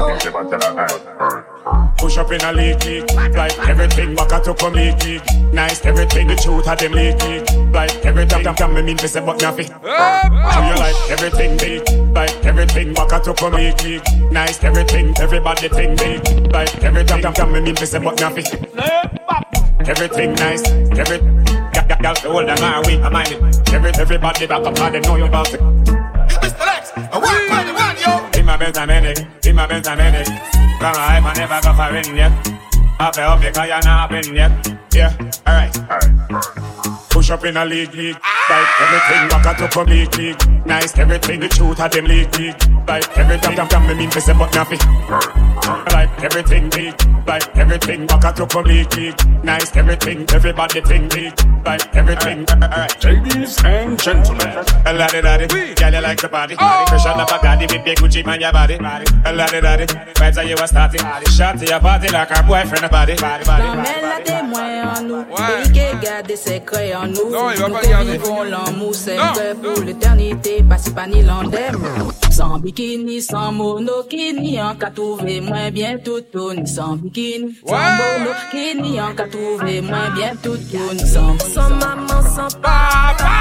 Push up in a league, like everything back at up on league. Nice, everything the truth of them league. Like everything come me mean to say but nothing. How you like everything big, like everything back at up on league. Nice, everything, everybody think big. Like everything come me mean to say but nothing. Everything nice, got the older man we, I mind it. Everybody back up and they know you about it. Mr. Lex, I want money, yo. In my best I'm in it. From my life I never got for in yet. I fell up because you're not been yet. Yeah, alright. Push up in a league. Like everything back at up on league. Nice, everything the truth of them league. Like everything come me mean to say but nothing. Like everything big. Like everything back at up on league. Nice, everything, everybody think big. Like everything, alright. Ladies and gentlemen, a laddie, girl you like the body. Fresh on the Bacardi with big Gucci man your body. A laddie, vibes are you a starting. Shot to your body like our boyfriend a body. L'emmène la témoin en nous, déliqué garde des secrets en nous. Non, il va nous pas garder. vivons l'amour, c'est vrai pour l'éternité, pas si pas ni l'endem. Sans bikini, sans monokini, en qu'à trouver moins bien tout ni sans bikini, sans monokini, en qu'à trouver moins bien tout ni sans maman, sans papa.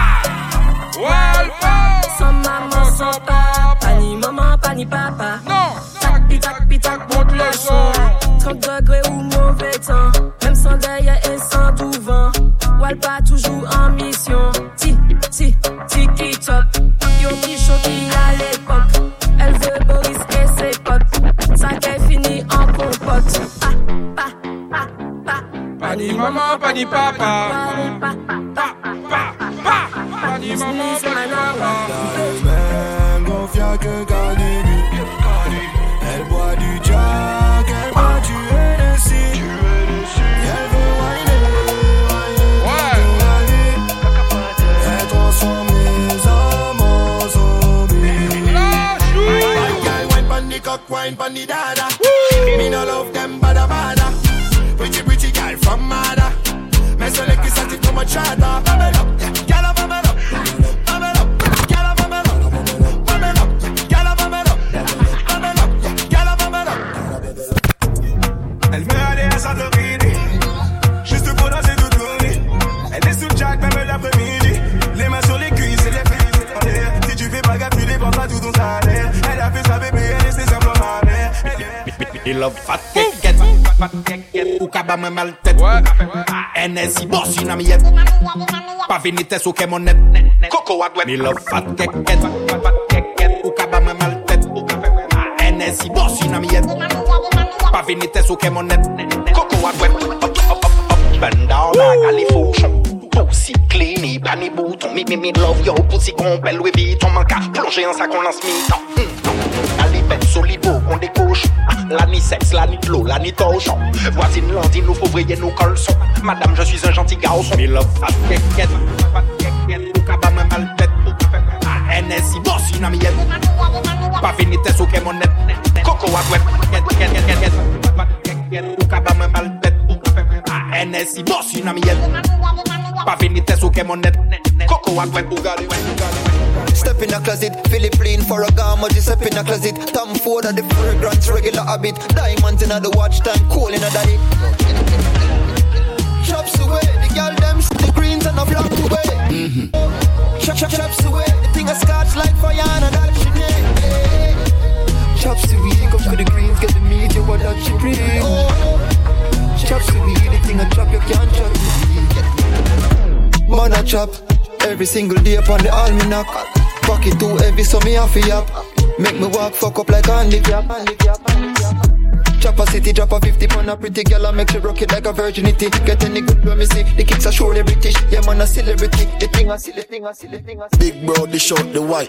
Sans maman, sans papa, pas ni maman, pas ni papa. Non. Tac, monte le son. 30 degrés ou mauvais temps, même sans derrière et sans tout vent. Wal pas toujours en mission. Tiki top, yo qui chaud qui à l'époque. Elle veut Boris et ses potes. Ça qu'elle finit en compote. Pas ni maman, pas ni papa. Bani, maman, bani, elle gonfia que Gardini. Elle boit du Jack, elle boit du Hennessy. Elle veut whiner, elle transforme les hommes en zombies. Wine pon the cock, wine pon the dada. Me no love them bada bada. Pretty girl from Mada. Me so like it's a come a chata. Bubble up, gyal a bubble up. Bubble up, gyal a bubble up. Bubble up, gyal a bubble up. Bubble up, gyal a bubble up. Elle me allait à Santorini, juste pour danser toute journée. Elle est sous le jack même l'après-midi. Les mains sur les cuisses et les filles. Si tu fais pas gaffe, tu dépenses pas tout ton salaire. Elle a fait sa bébé, elle est ses simples ma mère. Il love fat keket, ou kaba me mal tête. NSI boss in a miette. Pas venite sous que mon net. Coco à douette. Il love fat keket, ou kaba me mal tête. NSI boss in a miette. Pas venite sous que mon net. Coco à douette. Bend down like California. Pussy clean, panny bouton. Me love yo pussy complet Louis Vuitton. Manque à plonger en sac on lance mi-temps. Alibet solibo on décoche. La ni sexe, la ni flow, la ni torchon. Voisine Landine, nous ouvriers, nous colson. Madame, je suis un gentil garçon. Me love fat keket, ou kaba me mal tête. NSI boss une amiette. Pas venite sous que mon net. Coco à web. Ou kaba me mal tête. NSI boss une amiette. Pas venite sous que mon net. Coco à web. Step in a closet, Philippine for a gamma. Step in a closet, Tom Ford at the fragrance, regular habit. Diamonds in the watch time, cool in a daddy. Chops away, the girl them the greens and the black away. Chops away, the thing a scotch like fire and that she need. Chops away, come to the greens, get the meat, you what that she pretty. Chops away, the thing a chop, you can't chop. Man a chop, every single day upon the almanac. Pocket too heavy, so me have to yap. Make me walk fuck up like handicap. Chop a city, drop a 50 pound a pretty girl and make she rock it like a virginity. Get any good when me see the kicks are surely British. Yeah man a celebrity. The thing a silly, thing a silly, thing a silly. Big bro, the short, the white.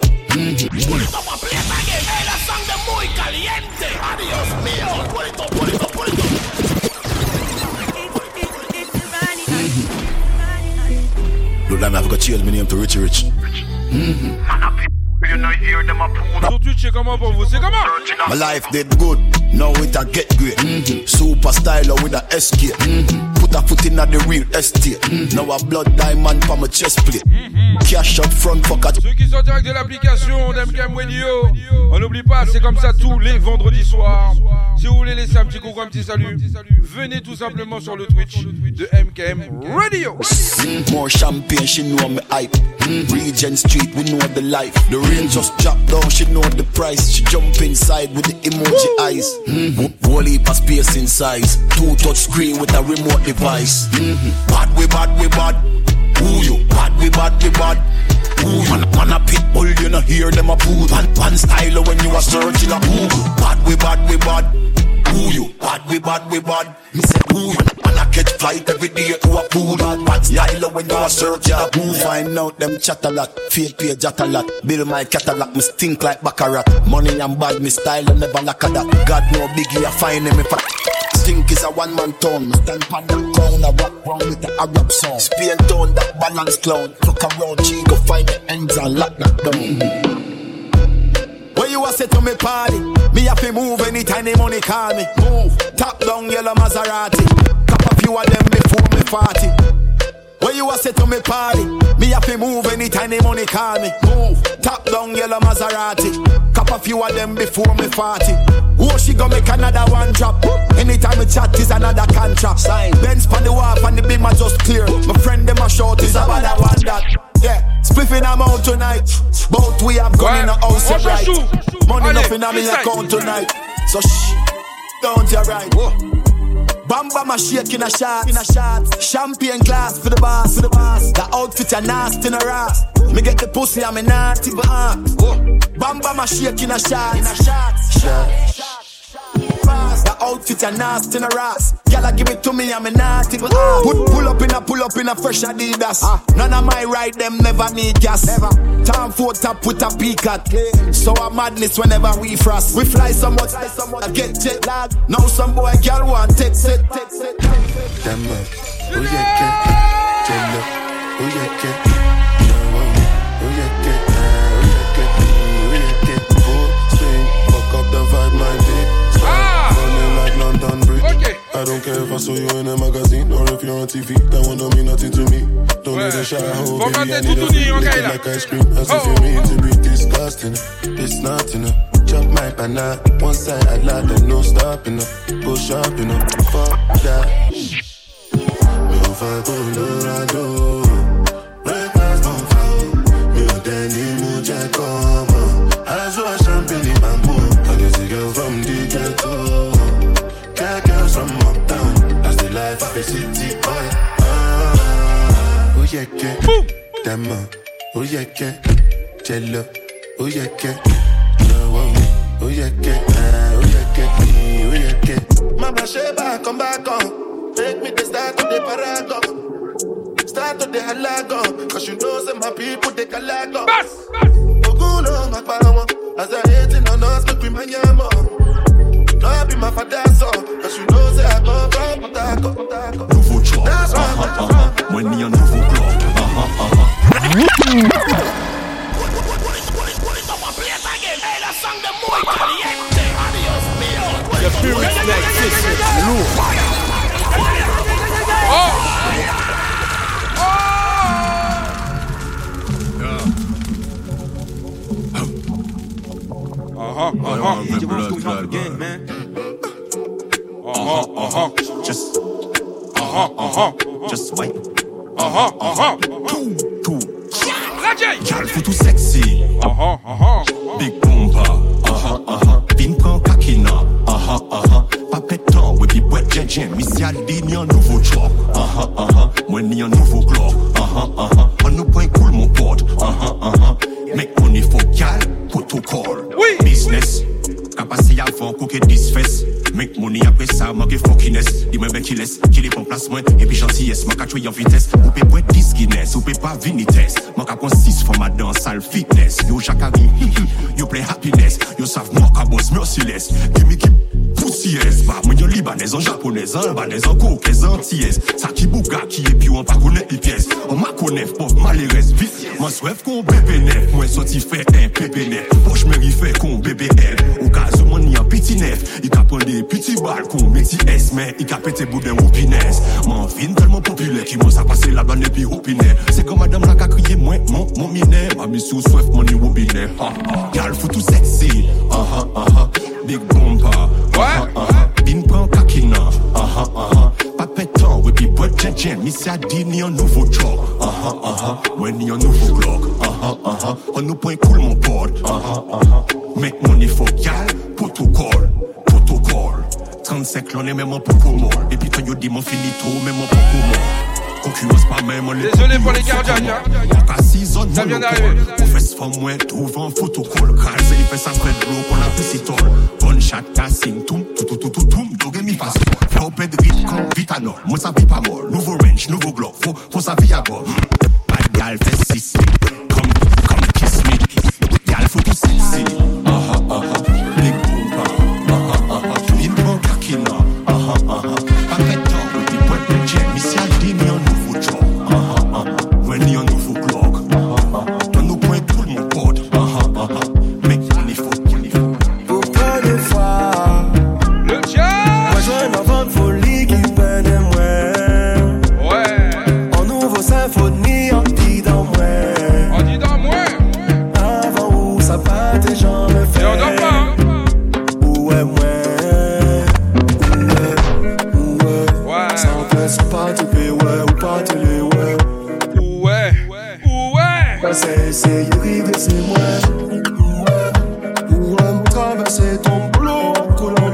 Look, I've got chills, my name to Richie Rich. Sur Twitch, c'est comment pour vous? C'est comment? My life did good, now it a get great. Super styler with a SK. Put a foot in at the real estate. Now a blood diamond for my chest plate. Cash up front for cat. Ceux qui sont direct de l'application d'MKM Radio, on n'oublie pas, c'est comme ça tous les vendredis soirs. Si vous voulez laisser un petit coucou, un petit salut, venez tout simplement sur le Twitch de MKM Radio. More champagne, she know me hype. Regent Street, we know the life. The rain just dropped down, she know the price. She jump inside with the emoji eyes. Whole heap of space in size. 2-touch screen with a remote device. Bad we bad we bad. Who you? Bad we bad we bad. Who you? Man a pit bull, you know hear them a poo. One style when you a searching a Google. Bad we bad we bad. Who you? Bad we bad we bad. Me say who you? Man a catch flight every day to a pool. Bad style when you a searching a Google. Find out them chat a lot, fake page chat a lot. Build my catalog, me stink like baccarat. Money and bad, me style and never lack of that. God no biggie, I find him if I think is a one-man town. Stand pan that crown, I rock round with the Arab song. Spain town, that balance clown. Fuck around, G, go find the ends and lock that down. When you a say to me party, me have to move anytime the money call me. Move, top down yellow Maserati. Cop a few of them before me 40. When you a say to me party, me have to move anytime the money call me. Move, top down yellow Maserati. Cop a few of them before me 40. Oh, she gon' make another one drop. Anytime we chat is another contract. Sign. Benz pan the wharf and the beam are just clear. My friend them a short is about that one that. Yeah, spliffing them out tonight. Both we have gone in the house and right. Money nothing on me account tonight. So shh, don't you right. Bam bam a shake in a shot, champagne glass for the boss, The outfit a nasty in a ass. Me get the pussy and me naughty but Bam bam a shake in a shot, The outfit a nasty in a ass. Y'all give it to me me and me naughty. Pull up in a fresh Adidas. None of my ride them never need gas. Time for top with a peacock. So a madness whenever we frost. We fly somewhat, I get jet lag. Now some boy girl want take set. Damn it, who you get? Jello, who you get? Who you get? Full swing, fuck up the vibe, my dick. Running like London Bridge. I don't care if I saw you in a magazine or if you're on TV. That one don't mean nothing to me. Don't need a shower, baby. I need a freak, like ice cream. As if you mean to be disgusting. It's not enough. Chop my banana, one side I lie, there's no stopping up. Go shopping up, fuck that. Me on fire, Colorado. Breakfast on fire. Me on Danny, Muja, come on. I saw champagne in my mood. I guess a girl from the ghetto. Cat girls from uptown. That's the life of a city boy. Oh yeah, get Dama. Oh yeah, get Jello. Oh yeah, get oh yeah, get Mama Sheba, come back on. Take me the start of the paragon. Start of the halagon. Cause you know some my people they can lag on. Ogulo, my power. As I hating on us, make we my yamo. Love be my father's son. Cause you know say I go from Potako. Nouveau job. When me a nouveau club. The Pyramids next system. Just wait. Two. Y'all foutu sexy. Big bumper. Vin prend kakina. Pas pétant, oui, puis boîte jen. Missy a dit ni un nouveau job. Moi ni un nouveau club. On nous point cool mon pote. Make money for gal, protocol. Business. Capacité avant coquet disfesse. Make money après ça, manque fuckiness. Dis-moi ben qui laisse, qui les prend place moins. Et puis gentillesse, manque à tuer en vitesse. Ou peut boire 10 Guinness, ou peut pas vinitesse. Manque à prendre 6 format dans salle fitness. Yo jacari, yo play happiness. Yo savent manque à boss merciless. Give me keep poussiès. Bah, moi yo libanais, en japonais, en albanais, en coquais, en tiès. Ça qui bouga, qui est puis on pas connaît les pièces. On m'a connaît, pauvre malheureuse, vite. Moi souhaite qu'on bébé neuf. Moi sorti fait un bébé neuf. Poche meri fait qu'on bébé elle. Au cas où mon y a petit neuf. Il t'a pris des petits balles qu'on métier S, mais il a pété bout d'un roupinès. Mon vin tellement populaire qui m'a passé la banne et puis roupinès. C'est comme madame la qu'a crié, moi, mon minet. Ma mission souhaite mon y roupinès. Y'all faut tout sexy. Big bumper. Bin prend kakina. Pas pétant, oui, puis boîte jen. Missy a dit ni un nouveau job. Ouais, ni un nouveau blog. On nous point cool mon pote. Make money for gal, protocol. 35 l'on est même en Pokémon. Et puis quand yo dit mon finito, même en Pokémon. Concurrence pas même en les. Désolé pour les cardiaques. Ça vient d'arriver. On fait ce forme, ouais, trouve un photocall. Kralze, il fait ça près de l'eau pour la piscitole. One shot, casting, toum, dogue mi passe. Flow pédrique, comme Vitanol. Moi ça vit pas mort. Nouveau range, nouveau glock. Faut sa vie à bord. Bad gal fait 6 comme kiss me. Gal faut tout sexy. Big bumper. Bin prend kakina. Pas pétant, puis boîte de jet. Missy a dit ni un nouveau job. Ouais, ni un nouveau glock. Dans nos points tout le monde pote. Make money for money. Pourquoi des fois le chat. moi je veux ma vente folie qui peine et moi. Ouais. En nouveau symphonie, on dit dans moi. Avant où ça part tes gens me fait. Et on dort pas. Ouais, ça empêche pas de payer, ouais, ou pas de les, ouais. C'est essayer de rivrer, c'est moi. Ouais, me traverser ton boulot en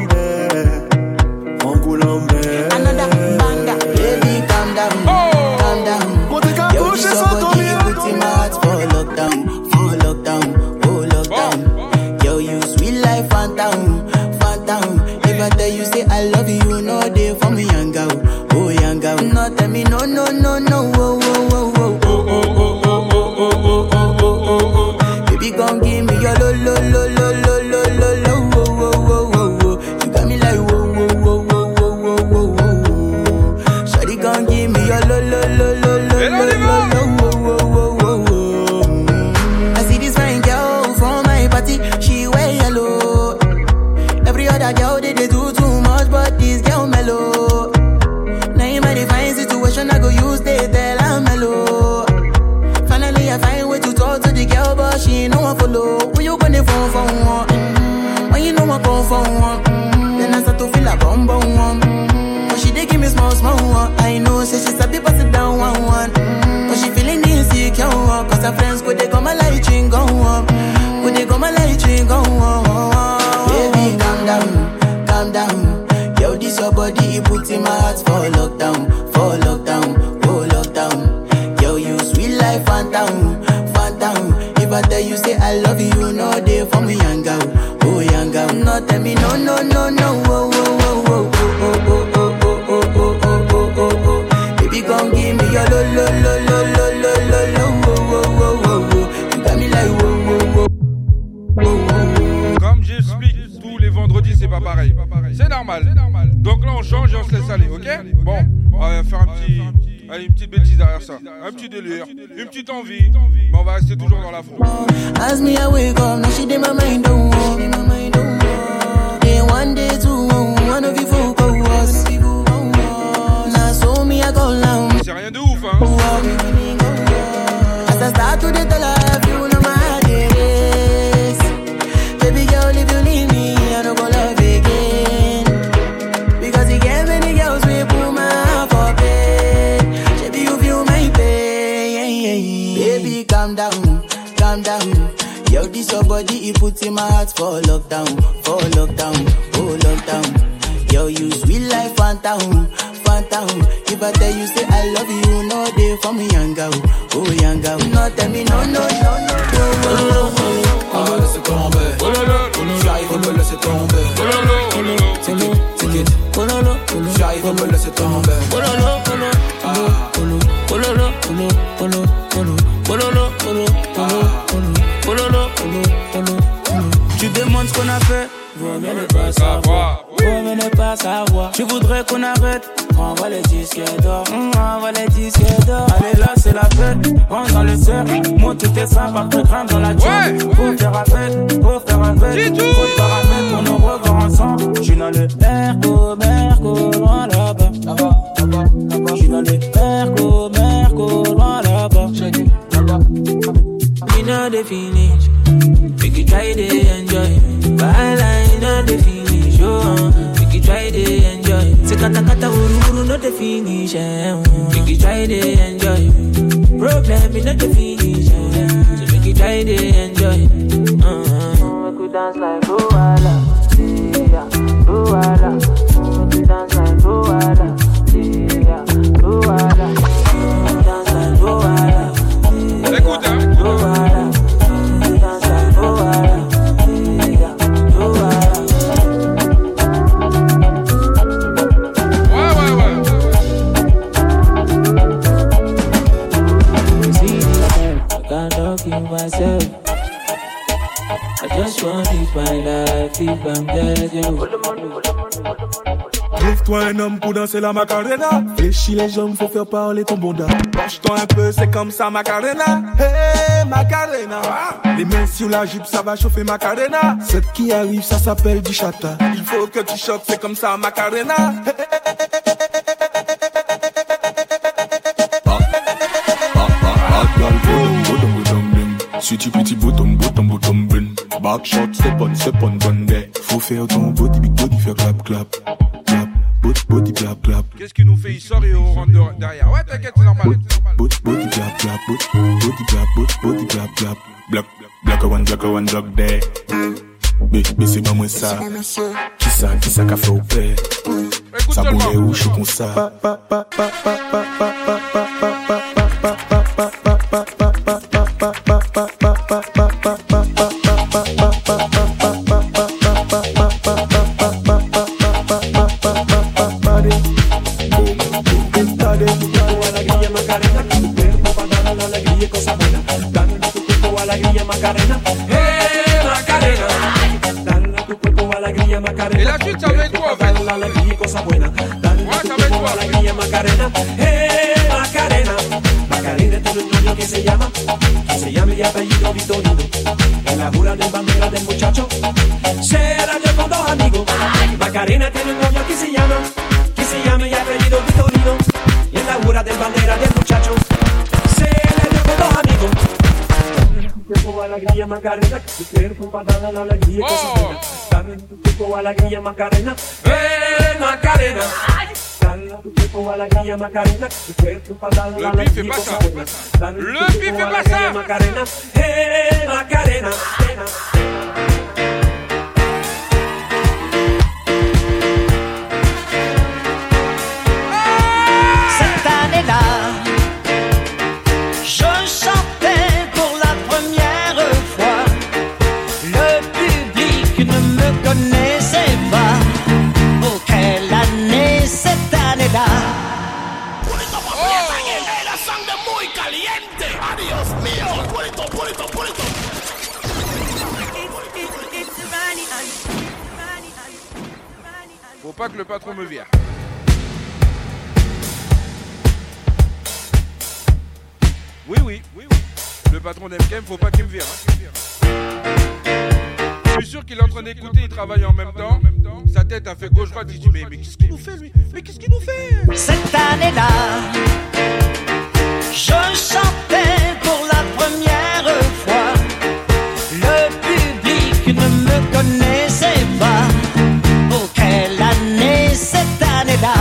Colombie. Another banger, baby, calm down, calm down. Yo, this your body, put in my heart for lockdown, oh lockdown. Yo, you sweet life, phantom. If I tell you say I love you, no day for me, young girl. oh yanga. No tell me no, no, no, no, oh, oh, oh, oh, oh, oh, oh, oh, oh, oh, oh. Baby, gon' give me your lo, lo, lo, lo, lo, lo, lo, lo, oh, oh, oh, oh, oh. You got me like whoa, whoa, whoa, whoa, whoa, whoa, whoa, whoa. Shawty gon' give me your lo, lo, lo, lo, lo, lo, lo, lo, oh, oh, oh, oh, oh. I see this fine girl from my party, she wear yellow. Every other girl they do too much, but this girl mellow. Now in my divine situation, I go use they tell I'm mellow. Finally I find way to talk to the girl, but she ain't no one follow. When you gonna phone for one? When you know I go for one? Then I start to feel a bum bum one. But she dey give me small small one. I know say she's a bit pass it down one one. But she feeling insecure, cause her friends go they come my light ring go on. Go they come my light ring go on. Baby, calm down, calm down. Yo, this your body, it puts in my heart for lockdown, oh lockdown. Yo, you sweet life, phantom, phantom. If I tell you say I love you, no day for me, young girl, oh young girl. No tell me no, no, no, no, oh, oh, oh, oh, oh, oh, oh, oh, oh, oh, oh, oh, oh, oh. Baby, gon' give me your lo, lo, lo, lo, lo, lo, lo, lo, oh, oh, oh, oh, oh. You got me like whoa, whoa, whoa. Comme j'explique, tous les vendredis c'est pas pareil. C'est normal. Donc là on change et on se laisse aller, ok? Bon, on va faire une petite bêtise derrière ça. Un petit délire, une petite envie. Mais on va rester toujours dans la France. As me I wake up, now she did my mind don't walk. Day one, day two, one of you focus. Now so me I go down. C'est rien de ouf, hein. As I start to the tell her, you know my days. Baby girl, if you leave me, I don't go love again. Because you get many girls we put my heart for pain. Baby, you feel my pain. Baby, calm down, calm down. Yo, this your body, it puts in my heart for lockdown, oh lockdown. Yo, you sweet life, phantom, phantom. If I tell you say I love you, no day for me, young girl, oh young girl. No tell me no, no, no, no. Ah, laissez tomber. J'arrive, me laisser tomber. Ticket. J'arrive, me laisser tomber. Tu demandes ce qu'on a fait, vaut mieux ne pas savoir. Vaut mieux ne pas savoir. Tu voudrais qu'on arrête, envoie les disques d'or. Envoie les disques d'or. Allez là c'est la fête, rentre dans le cercle. Monte tes seins, par tes grimpe dans la tête. Faut faire un fête, faut faire un fête. Faut te paramètres pour nous revoir ensemble. J'suis dans le Merco, loin là-bas. J'suis dans le Merco, loin là-bas. You know the finish. We can try to enjoy. Byline, not the finish. Oh, we can try to enjoy. Se kata kata uru not the finish. We can try to enjoy. Problem is not the finish. So we can try to enjoy. We could dance like Luala, yeah, Luala. We could dance like Luala, yeah, Luala. Dance like Luala. Écoute, hein. Myself. I just want to live my life if I'm dead, you. Trouve-toi un homme pour danser la Macarena. Fléchis les jambes, faut faire parler ton bonda. Penche-toi un peu, c'est comme ça Macarena. Hey Macarena. Les mains sur la jupe, ça va chauffer Macarena. Ce qui arrive, ça s'appelle du chata. Il faut que tu choques, c'est comme ça Macarena. Sweetie pretty bottom bin. Back shot, step on Sunday. Faut faire ton body, big body, faire clap, clap. Clap, body, clap, clap. Qu'est-ce qu'il nous fait? Il sort et on rentre derrière. Ouais, t'inquiète, c'est normal. Body, clap, clap, body, clap, clap. Block one, block there. Mais c'est pas moi ça. Qui ça qu'a fait au père? Ça boulait où je suis comme ça. Boom. Dale tu cuerpo alegría Macarena, que tu cuerpo para dar la alegría y cosas buenas. Dale tu cuerpo alegría Macarena, Macarena. Dale tu cuerpo alegría Macarena. Et la suite, ça va être quoi en fait? La alegría y cosas buenas. Dale tu cuerpo alegría Macarena, Macarena. Macarena tiene un novio que se llama y apellido Vitorino. En la jura de bandera del muchacho se la dio con dos amigos. Macarena tiene un novio que se llama y apellido Vitorino. Y en la jura de bandera del muchacho se la dio con dos amigos. Dame tu cuerpo alegría Macarena, que tu cuerpo para dar la alegría y cosas buenas. Dame tu cuerpo alegría Macarena, Macarena. Dale tu cuerpo alegría Macarena, que tu cuerpo para dar la alegría y cosas buenas. Le pif fait pas ça. Macarena, Macarena. Cette année-là, je chantais pour la première fois. Le public ne me connaissait pas. Oh, quelle année cette année-là! Faut pas que le patron me vire. Oui. Le patron d'MKM, faut pas qu'il me vire. Je suis sûr qu'il est en train d'écouter, il travaille en même temps. Sa tête a fait gauche-droite, il dit mais qu'est-ce qu'il nous fait lui? Mais qu'est-ce qu'il nous fait? Cette année-là, je chantais pour la première fois. Le public ne me connaissait pas. Oh, quelle année cette année-là!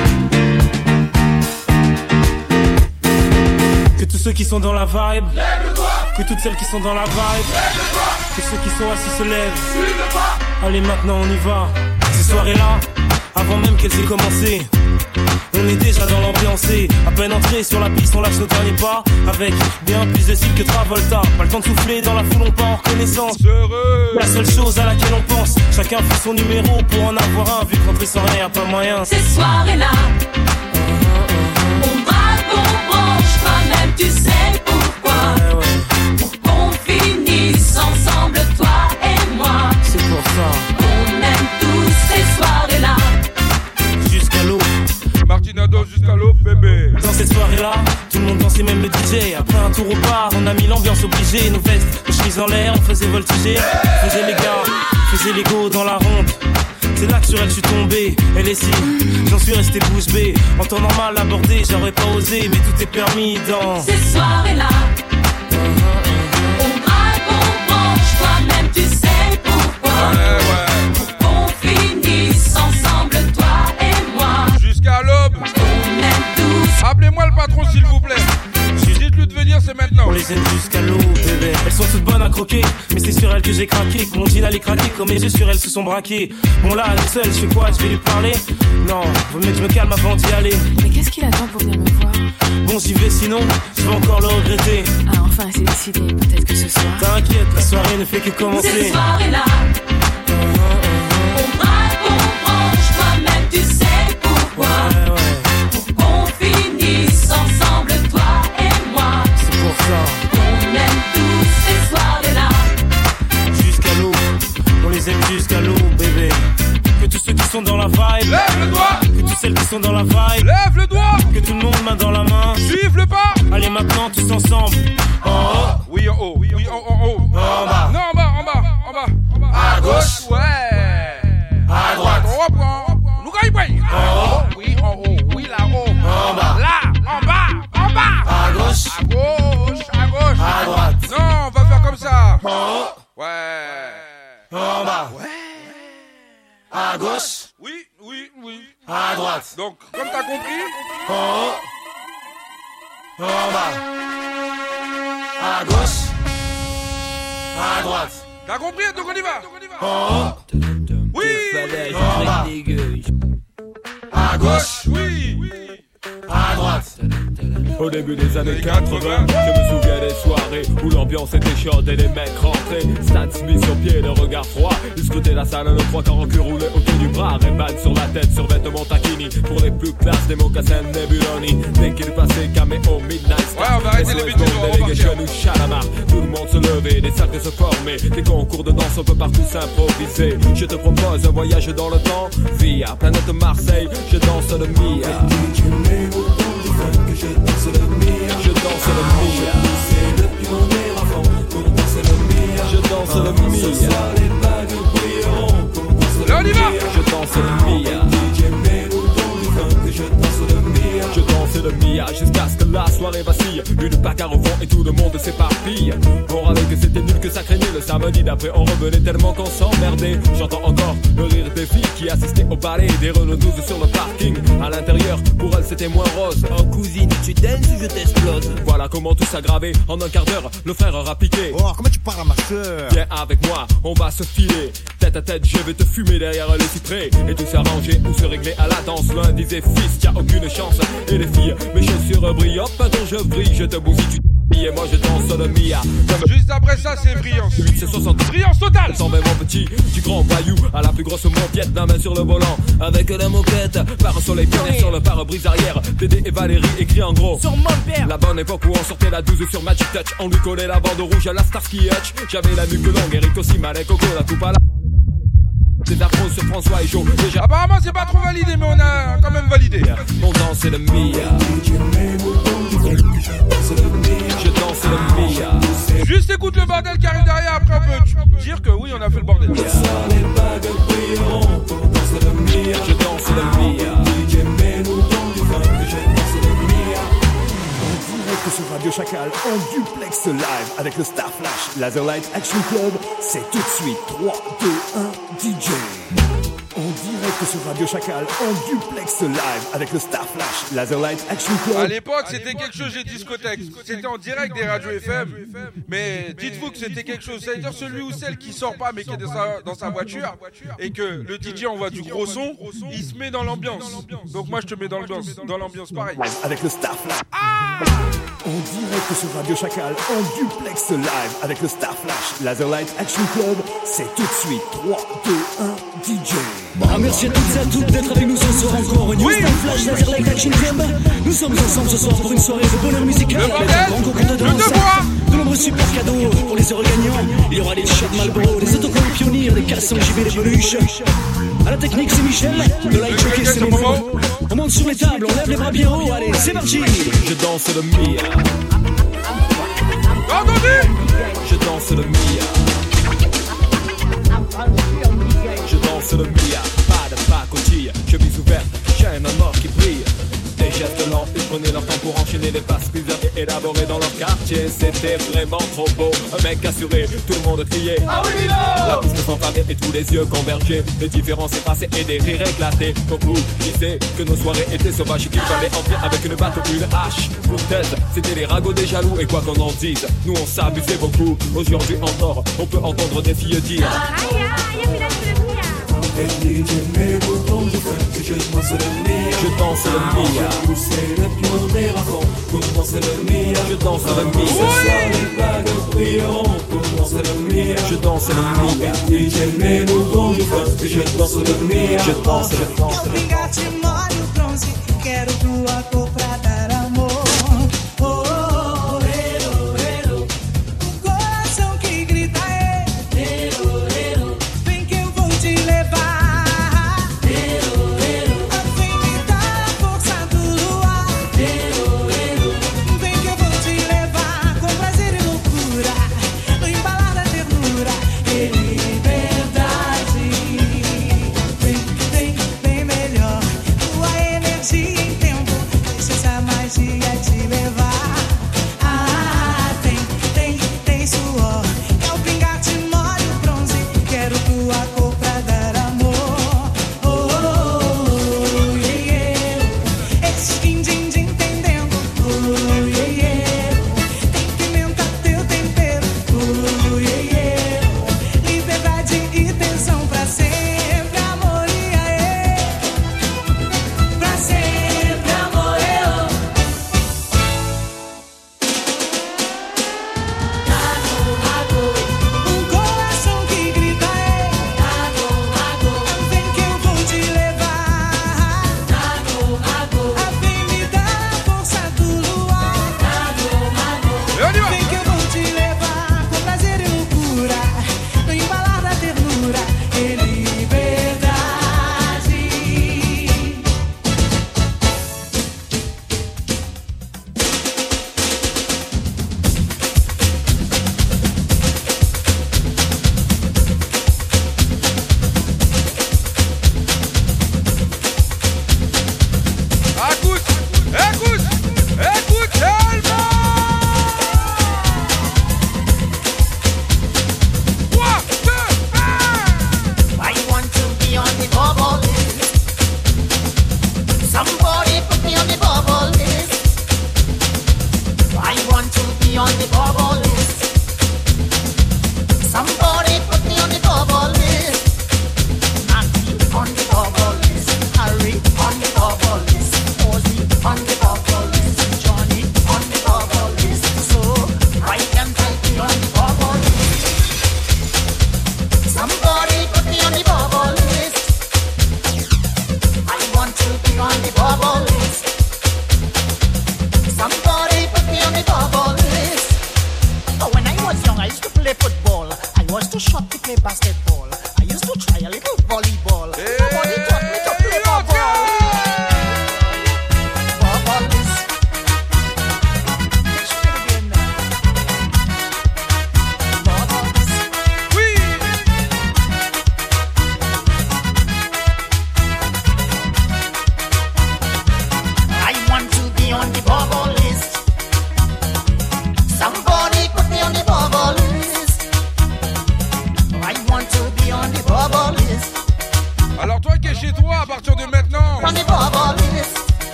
Que tous ceux qui sont dans la vibe, que toutes celles qui sont dans la vibe, que ceux qui sont assis se lèvent. Allez, maintenant on y va. Ces soirées-là, avant même qu'elles aient commencé, on est déjà dans l'ambiancé. À peine entré sur la piste, on lâche nos derniers pas. Avec bien plus de style que Travolta. Pas le temps de souffler, dans la foule on part en reconnaissance. La seule chose à laquelle on pense, chacun fait son numéro pour en avoir un. Vu que rentrer sans rien, y'a pas moyen. Ces soirées-là, on braque, on branche, toi-même tu sais pourquoi. Pour qu'on finisse ensemble, toi et moi. C'est pour ça. On aime tous ces soirées-là. Jusqu'à l'eau. Martinado jusqu'à l'eau, bébé. Dans cette soirée-là, tout le monde dansait, même le DJ. Après un tour au bar, on a mis l'ambiance obligée. Nos vestes, nos chemises en l'air, on faisait voltiger. On faisait les gars, on faisait l'ego dans la ronde. C'est là que sur elle je suis tombé, elle est si, j'en suis resté bouche bée. En temps normal abordé, j'aurais pas osé, mais tout est permis dans ces soirées-là. On braque, on branche, toi-même tu sais pourquoi. Pour qu'on finisse ensemble, toi et moi. Jusqu'à l'aube. On aime tous. Appelez-moi le patron s'il vous plaît. Dites-lui de venir, c'est maintenant. On les aime jusqu'à l'eau, bébé. Elles sont toutes bonnes à croquer, mais c'est sur elles que j'ai craqué. Que mon jean allait craquer, comme mes yeux sur elles se sont braqués. Bon là, elle est seule, je fais quoi? Je vais lui parler? Non, vaut mieux que je me calme avant d'y aller. Mais qu'est-ce qu'il attend pour venir me voir? Bon, j'y vais, sinon, je vais encore le regretter. Ah, enfin, c'est décidé, peut-être que ce soir. T'inquiète, la soirée ne fait que commencer. Ces soirées-là, on braque, on branche, toi-même tu sais pourquoi. Pour qu'on finisse ensemble, toi et moi. C'est pour ça. On aime tous ces soirées-là. Jusqu'à l'eau, on les aime jusqu'à l'eau, bébé. Que tous ceux qui sont dans la vibe, lève le doigt. Que toutes celles qui sont dans la vibe, lève le doigt. Que tout le monde main dans la main, suive le pas. Allez maintenant tous ensemble. En haut, oui en haut, oui en haut. En bas, non en bas. À gauche, ouais. À droite, on reprend. Nous gagnons. En haut, oui en haut, oui là-haut. En bas, là, en bas. À gauche, à gauche. À droite. Non, on va faire comme ça. En haut, ouais. En bas, ouais. À gauche, oui. À droite. Donc, comme t'as compris, en haut, en bas, à gauche, à droite. T'as compris? Donc on y va. En haut, oui. En bas, à gauche, oui. À droite. House. Au début des années 80, je me souviens des soirées où l'ambiance était chaude et les mecs rentraient. Stan Smith sur pied, le regard froid. Ils scrutaient la salle, le 3 quarts en cul roulé autour du bras. Ray-Ban sur la tête, sur vêtements taquini. Pour les plus classes, des mocassins Nebuloni. Dès qu'il passait, caméo, Midnight Star. Ouais, on va arrêter les bêtises, on va repartir. Ou Chalamar, tout le monde se levait, des cercles se formaient. Des concours de danse, on peut partout s'improviser. Je te propose un voyage dans le temps via planète Marseille, je danse le Mia. Je danse le Mia. Je danse le Mia. C'est le pionnier avant pour danser le Mia. Je danse le Mia. Ce soir les bagues brilleront pour danser le Mia. Je danse le Mia. DJ mets-nous dans du funk que je danse le Mia. Je danse le Mia jusqu'à ce que la soirée vacille. Une bagarre au fond et tout le monde s'éparpille. On râlait que c'était nul, que ça craignait. Le samedi d'après on revenait tellement qu'on s'emmerdait. J'entends encore le rire des filles qui assistaient au ballet. Des Renault 12 sur le parking. À l'intérieur, pour elles c'était moins rose. Oh cousine, tu danses ou je t'explose. Voilà comment tout s'aggravait. En un quart d'heure, le frère aura piqué. Oh, comment tu parles à ma soeur? Viens avec moi, on va se filer. Tête à tête, je vais te fumer derrière le cyprès. Et tout s'arranger ou se régler à la danse. L'un disait fils, t'as aucune chance. Et les filles, mes chaussures brillent. Hop, attends, je brille, je te bousille, tu et moi je danse le Mia. Juste après ça c'est brillance. 8 c'est 60. Brillance totale. Sans même mon petit, du grand bayou à la plus grosse moquette, la main sur le volant. Avec la moquette, par soleil pionnier sur le pare-brise arrière. Dédé et Valérie écrit en gros sur mon père. La bonne époque où on sortait la 12 sur Magic Touch. On lui collait la bande rouge à la Starsky Hutch. J'avais la nuque longue, Eric aussi, Malek, Coco, la coupe à la... Des afros sur François et Joe. Déjà... Apparemment c'est pas trop validé mais on a quand même validé. Mon temps c'est le Mia. Je danse le Mia. Juste écoute le bordel qui arrive derrière. Après on peut dire que oui on a fait le bordel. Je danse le Mia. Que sur Radio Chacal en duplex live avec le Star Flash Laser Light Action Club, c'est tout de suite 3, 2, 1, DJ. En direct sur Radio Chacal en duplex live avec le Star Flash Laser Light Action Club. À l'époque c'était quelque chose des discothèques. C'était en direct des radios FM. Mais dites-vous que c'était quelque chose. C'est-à-dire celui ou celle qui sort pas mais qui est dans sa voiture et que le DJ envoie du gros son, il se met dans l'ambiance. Donc moi je te mets dans l'ambiance pareil. Avec le Star Flash. En direct sur Radio Chacal en duplex live avec le Star Flash Laser Light Action Club, c'est tout de suite 3, 2, 1, DJ. Merci à toutes et à toutes d'être avec nous ce soir encore. New Star Flash Laser Light Action Club. Nous sommes ensemble ce soir pour une soirée de bonheur musical avec un grand concours de danse, de nombreux super cadeaux pour les heureux gagnants. Il y aura des shots Marlboro, des autocollants pionniers, des cassons JB, des peluches. À la technique c'est Michel, le light jockey c'est le moment. On monte sur les tables, on lève les bras bien haut, allez c'est parti. Je danse le Mia. Je danse le Mia. Je danse le Mia. Pas de pacotille, chemise ouverte, chaîne en or qui brille. Des gestes lents, ils prenaient leur temps pour enchaîner les passes bizarres et élaborées dans leur quartier. C'était vraiment trop beau, un mec assuré, tout le monde criait. Ah oui, Milo! La piste s'enflammait et tous les yeux convergeaient. Les différences s'effaçaient et des rires éclatés. Donc vous disiez que nos soirées étaient sauvages et qu'il fallait entrer avec une batte ou une hache. Pour tête, c'était les ragots des jaloux et quoi qu'on en dise, nous on s'abusait beaucoup. Aujourd'hui encore, on peut entendre des filles dire. Je danse le Mia. Je danse le Mia. C'est le pionnier avant pour danser le Mia. Je danse le Mia. Ce soir les bagues brilleront pour danser le Mia. Je danse le Mia. DJ mets-nous dans du funk que je danse le Mia. Je danse le Mia. Eu pingate molho bronze, quero tua cor pra dar amor. Oh, oh, oh, o coração que grita é. Vem que eu vou te levar.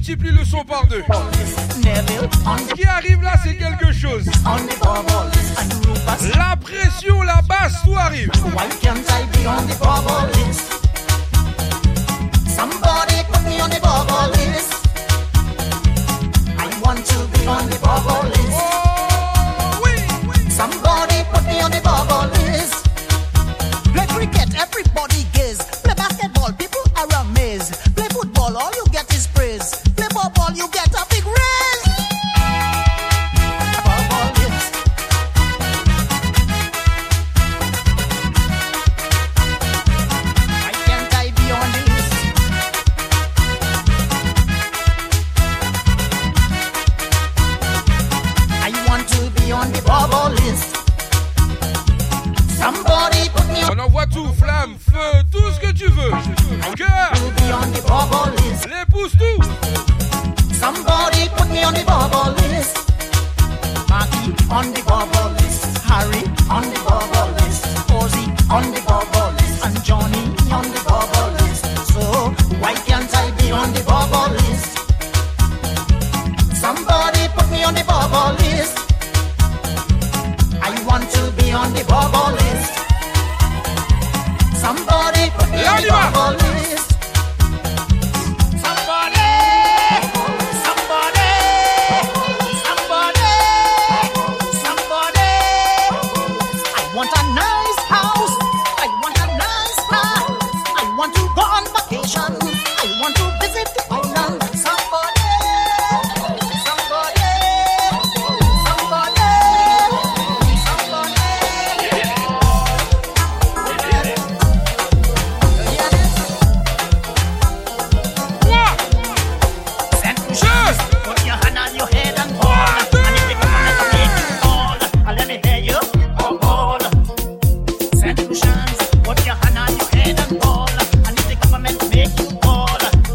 multiplie le son par deux. Ce qui arrive là, c'est quelque chose. La pression, la basse, tout arrive. Somebody put me on the bubble list. I want to be on the bubble list. Oh, oui. Somebody put me on the bubble list. Play cricket, everybody gaze. Play basketball, people are amazed. Play football, all you get is praise. Play ball, you get a big raise. Bubble list. Why can't I be on the list? I want to be on the bubble list. Somebody put me on envoie tout, flamme, feu, tout ce que tu veux. Cœur. Les pouces, tout. Somebody put me on the bubble list. Maggie on the bubble list. Harry on the bubble list. Ozzy on the bubble list. And Johnny on the bubble list. So why can't I be on the bubble list? Somebody put me on the bubble list. I want to be on the bubble list. Somebody put me on the bubble list. I want a nice house. I want a nice car. I want to go on vacation. I want to visit the island. Somebody. Put your hand on your head and ball. And if you come on and make it fall, and let me hear you ball. St. Lucians, put your hand on your head and ball. And if the government make you ball.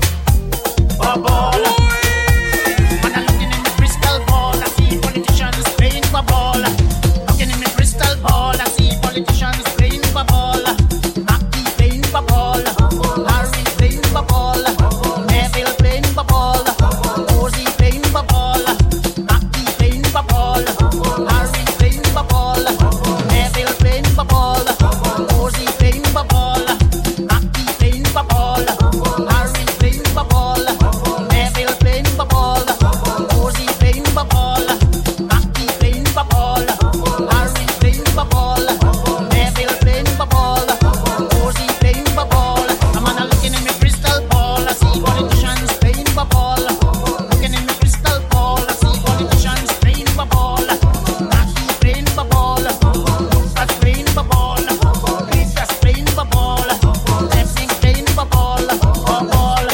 When I'm looking in the crystal ball, I see politicians playing for ball. Looking in the crystal ball, I see politicians playing for ball. Mackie playing for ball. Larry playing for ball. Neville playing for ball. Ozzy playing for ball. Mackie playing for ball. Larry playing for ball. Neville playing for ball. Ozzy playing for ball. Mackie playing for ball. Larry playing for ball. Neville playing for ball. Ozzy playing for ball. Mackie playing for ball. Larry playing for ball. Neville playing for ball. Ozzy playing for ball. I'm on looking in my crystal ball. I see politicians playing for ball. Looking in my crystal ball. I see politicians playing for ball. Mackie playing for ball. That's playing for ball. Peter's playing for ball. Lefting playing for ball. Ball.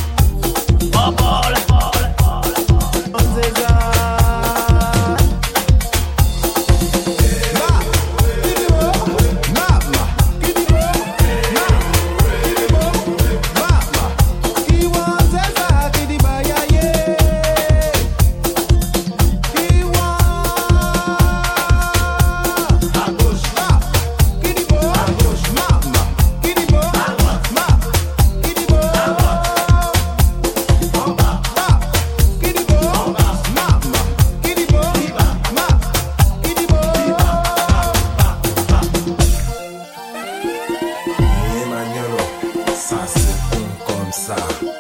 Ça c'est bon comme ça.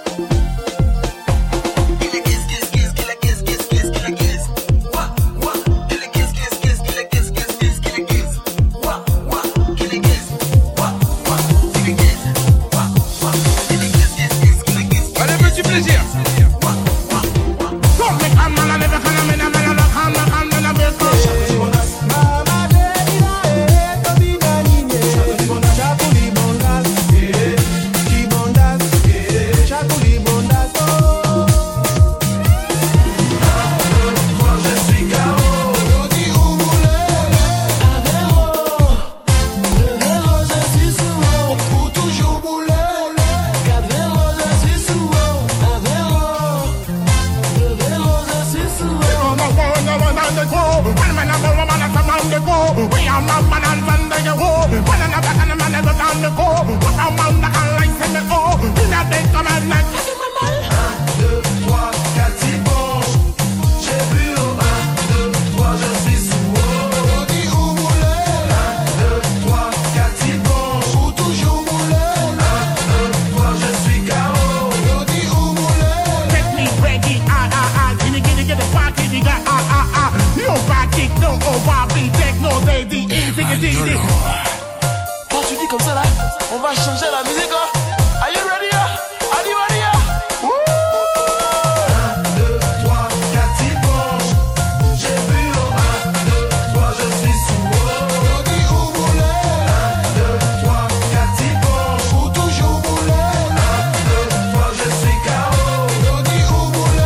Allez, petit plaisir. Un, deux, trois. va changer la musique. Are you ready? Anybody? 1, 2, 3, 4, 6 bon. J'ai bu au 1, 2, 3, je suis sous haut. On dit où vous voulez. 1, 2, 3, 4, 6 bon. Ou toujours voulez. 1, 2, 3, je suis KO. On dit où vous voulez.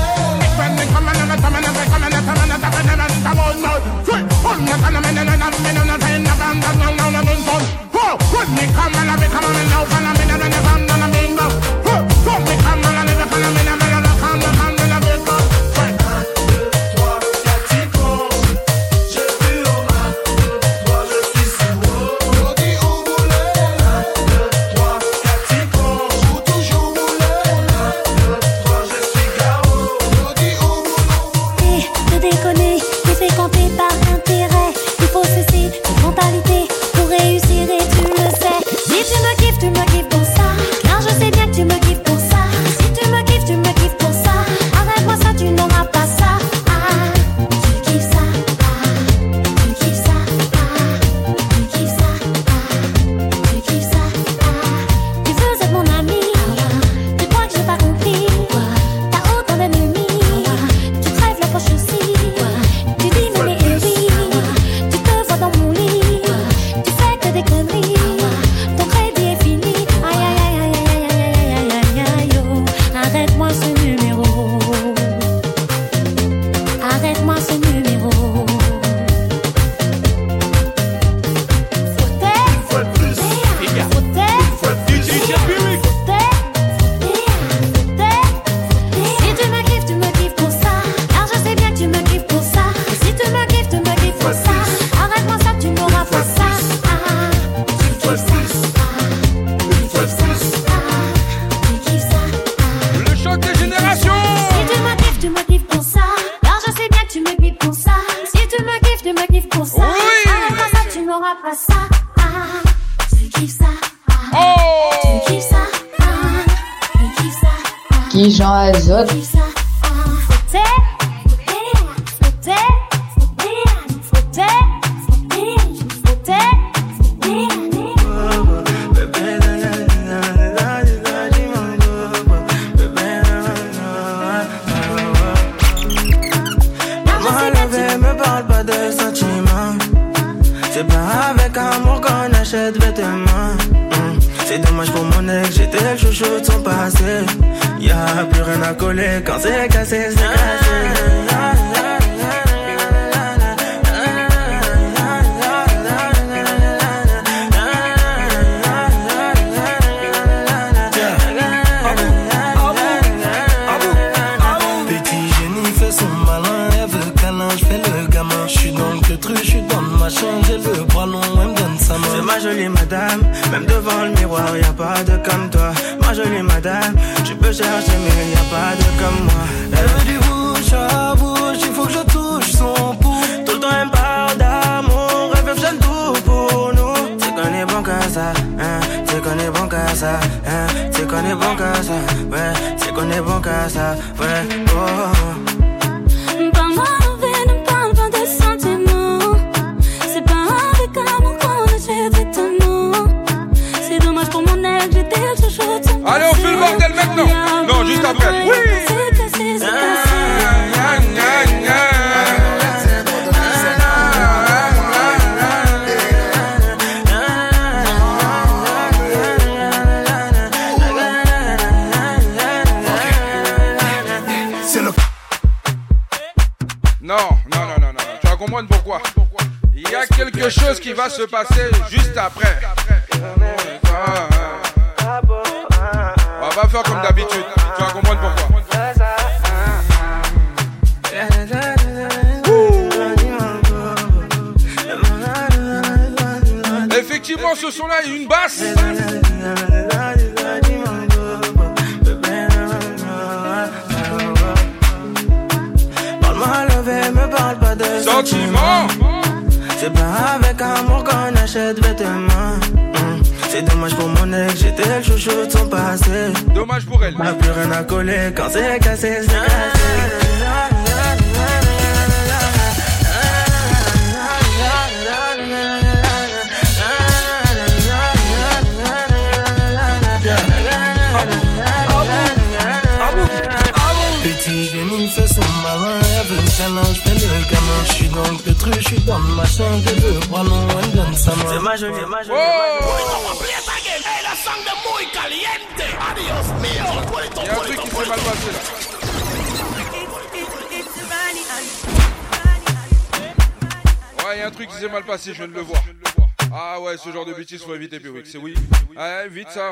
De déconner, de fréquenter par intérêt. Il faut cesser cette mentalité pour réussir et tu le sais. Si tu me kiffes pour ça. Car je sais bien que tu me kiffes pour ça. Si tu me kiffes pour ça. Avec moi ça tu n'auras pas ça. Ah, tu kiffes ça. Ah, tu kiffes ça. Ah, tu kiffes ça. Ah, tu kiffes ça. Ah, tu veux être mon ami. Tu crois que j'ai pas compris. T'as autant d'ennemis. Tu crèves la poche aussi. Tu dis mais oui. Tu te vois dans mon lit. Tu fais que des conneries. Ton crédit est fini. Aïe aïe aïe aïe aïe aïe aïe aïe aïe oh. Arrête-moi ce numéro. Arrête-moi ce numéro. Si tu me kiffes pour ça. Car je sais bien que tu me kiffes pour ça. Si tu me kiffes pour ça. Arrête-moi ça, tu n'auras pas ça. Ah, tu kiffes ça. Le choc des générations. Si tu me kiffes pour ça. Car je sais bien que tu me kiffes pour ça. Si tu me kiffes pour ça. Arrête-moi ça, tu n'auras pas ça. Ah, tu kiffes ça. Tu kiffes ça. Tu kiffes ça. Qui Jean Azote. Maman levée, me parle pas de sentiments. C'est pas avec amour qu'on achète vêtements. C'est dommage pour mon ex, j'étais le chouchou de son passé. Y'a plus rien à coller quand c'est cassé, c'est cassé. Petit génie fait son malin, elle veut câlin, j'fais le gamin. J'suis dans le truc, j'suis dans ma chambre, j'ai le bras long, elle me donne sa main. C'est ma jolie madame, même devant le miroir, y'a pas de comme toi. Ma jolie madame, tu peux chercher mais y'a pas de comme moi. Elle veut du bouche à bouche, il faut que je touche son pouls. Tout le temps elle me parle d'amour, elle veut faire tout pour nous. C'est qu'on est bon qu'à ça, hein, c'est qu'on est bon qu'à ça, hein, c'est qu'on est bon qu'à ça, ouais, c'est qu'on est bon qu'à ça, ouais, oh. Parle-moi envers, ne parle pas de sentiments. C'est pas avec amour qu'on achète vêtements. C'est dommage pour mon ex, j'étais le chouchou de son passé. Allez, on fait le bordel maintenant. Non, juste après. Oui. C'est cassé, c'est cassé. Non. Tu vas comprendre pourquoi. Il y a quelque chose qui va se passer juste après. On va pas faire comme d'habitude. Tu vas comprendre pourquoi. Effectivement, ce son-là, il y a une basse. Parle-moi levé, me parle pas de sentiments. C'est pas avec amour qu'on achète vêtements. C'est dommage pour mon ex, j'étais le chouchou de son passé. Dommage pour elle. N'a plus rien à coller quand c'est cassé, c'est cassé. câlin, je fais le gamin. Je suis dans le truc, je suis dans le machin. Je veux bras longs, elle me donne sa main. C'est ma jolie, ma jolie. Il y a un truc qui s'est mal passé là. Ouais, il y a un truc qui s'est mal passé, je viens de le voir. Ah ouais, ce genre de bêtises faut éviter, puis oui, c'est oui. Ouais, vite ça.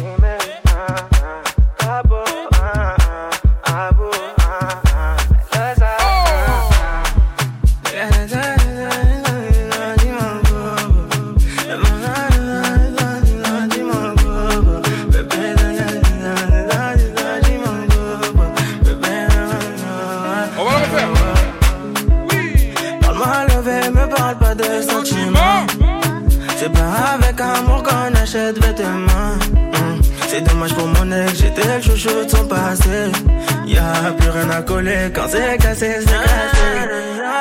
On va le refaire. Oui. Parle-moi levé, me parle pas de sentiments. C'est pas avec amour qu'on achète vêtements. C'est dommage pour mon ex, j'étais le chouchou de son passé. Y'a plus rien à coller, quand c'est cassé, c'est cassé.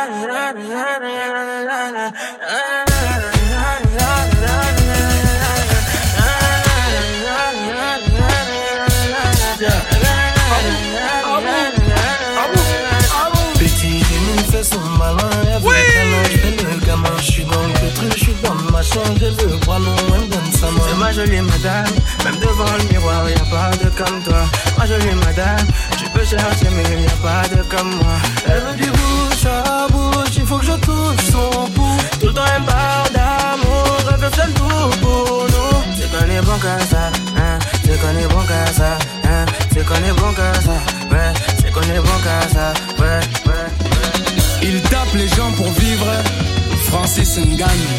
Petit génie fait son malin, elle veut qu'elle fait le gamin. Je suis dans le truc, je suis dans le machin, j'ai le bras long, elle me donne sa main. C'est ma jolie madame, même devant le miroir, y'a pas de comme toi. Ma jolie madame, tu peux chercher mais y'a pas de comme moi. Elle me dit bouche à bouche, il faut que je touche son pouls. Tout le temps elle parle d'amour, elle veut faire le tout pour nous. C'est qu'on est bon qu'à ça, hein, c'est qu'on est bon qu'à ça, hein, c'est qu'on est bon qu'à ça, ouais, c'est qu'on est bon qu'à ça, ouais, ouais, ouais. Il tape les gens pour vivre, Francis Ngagne.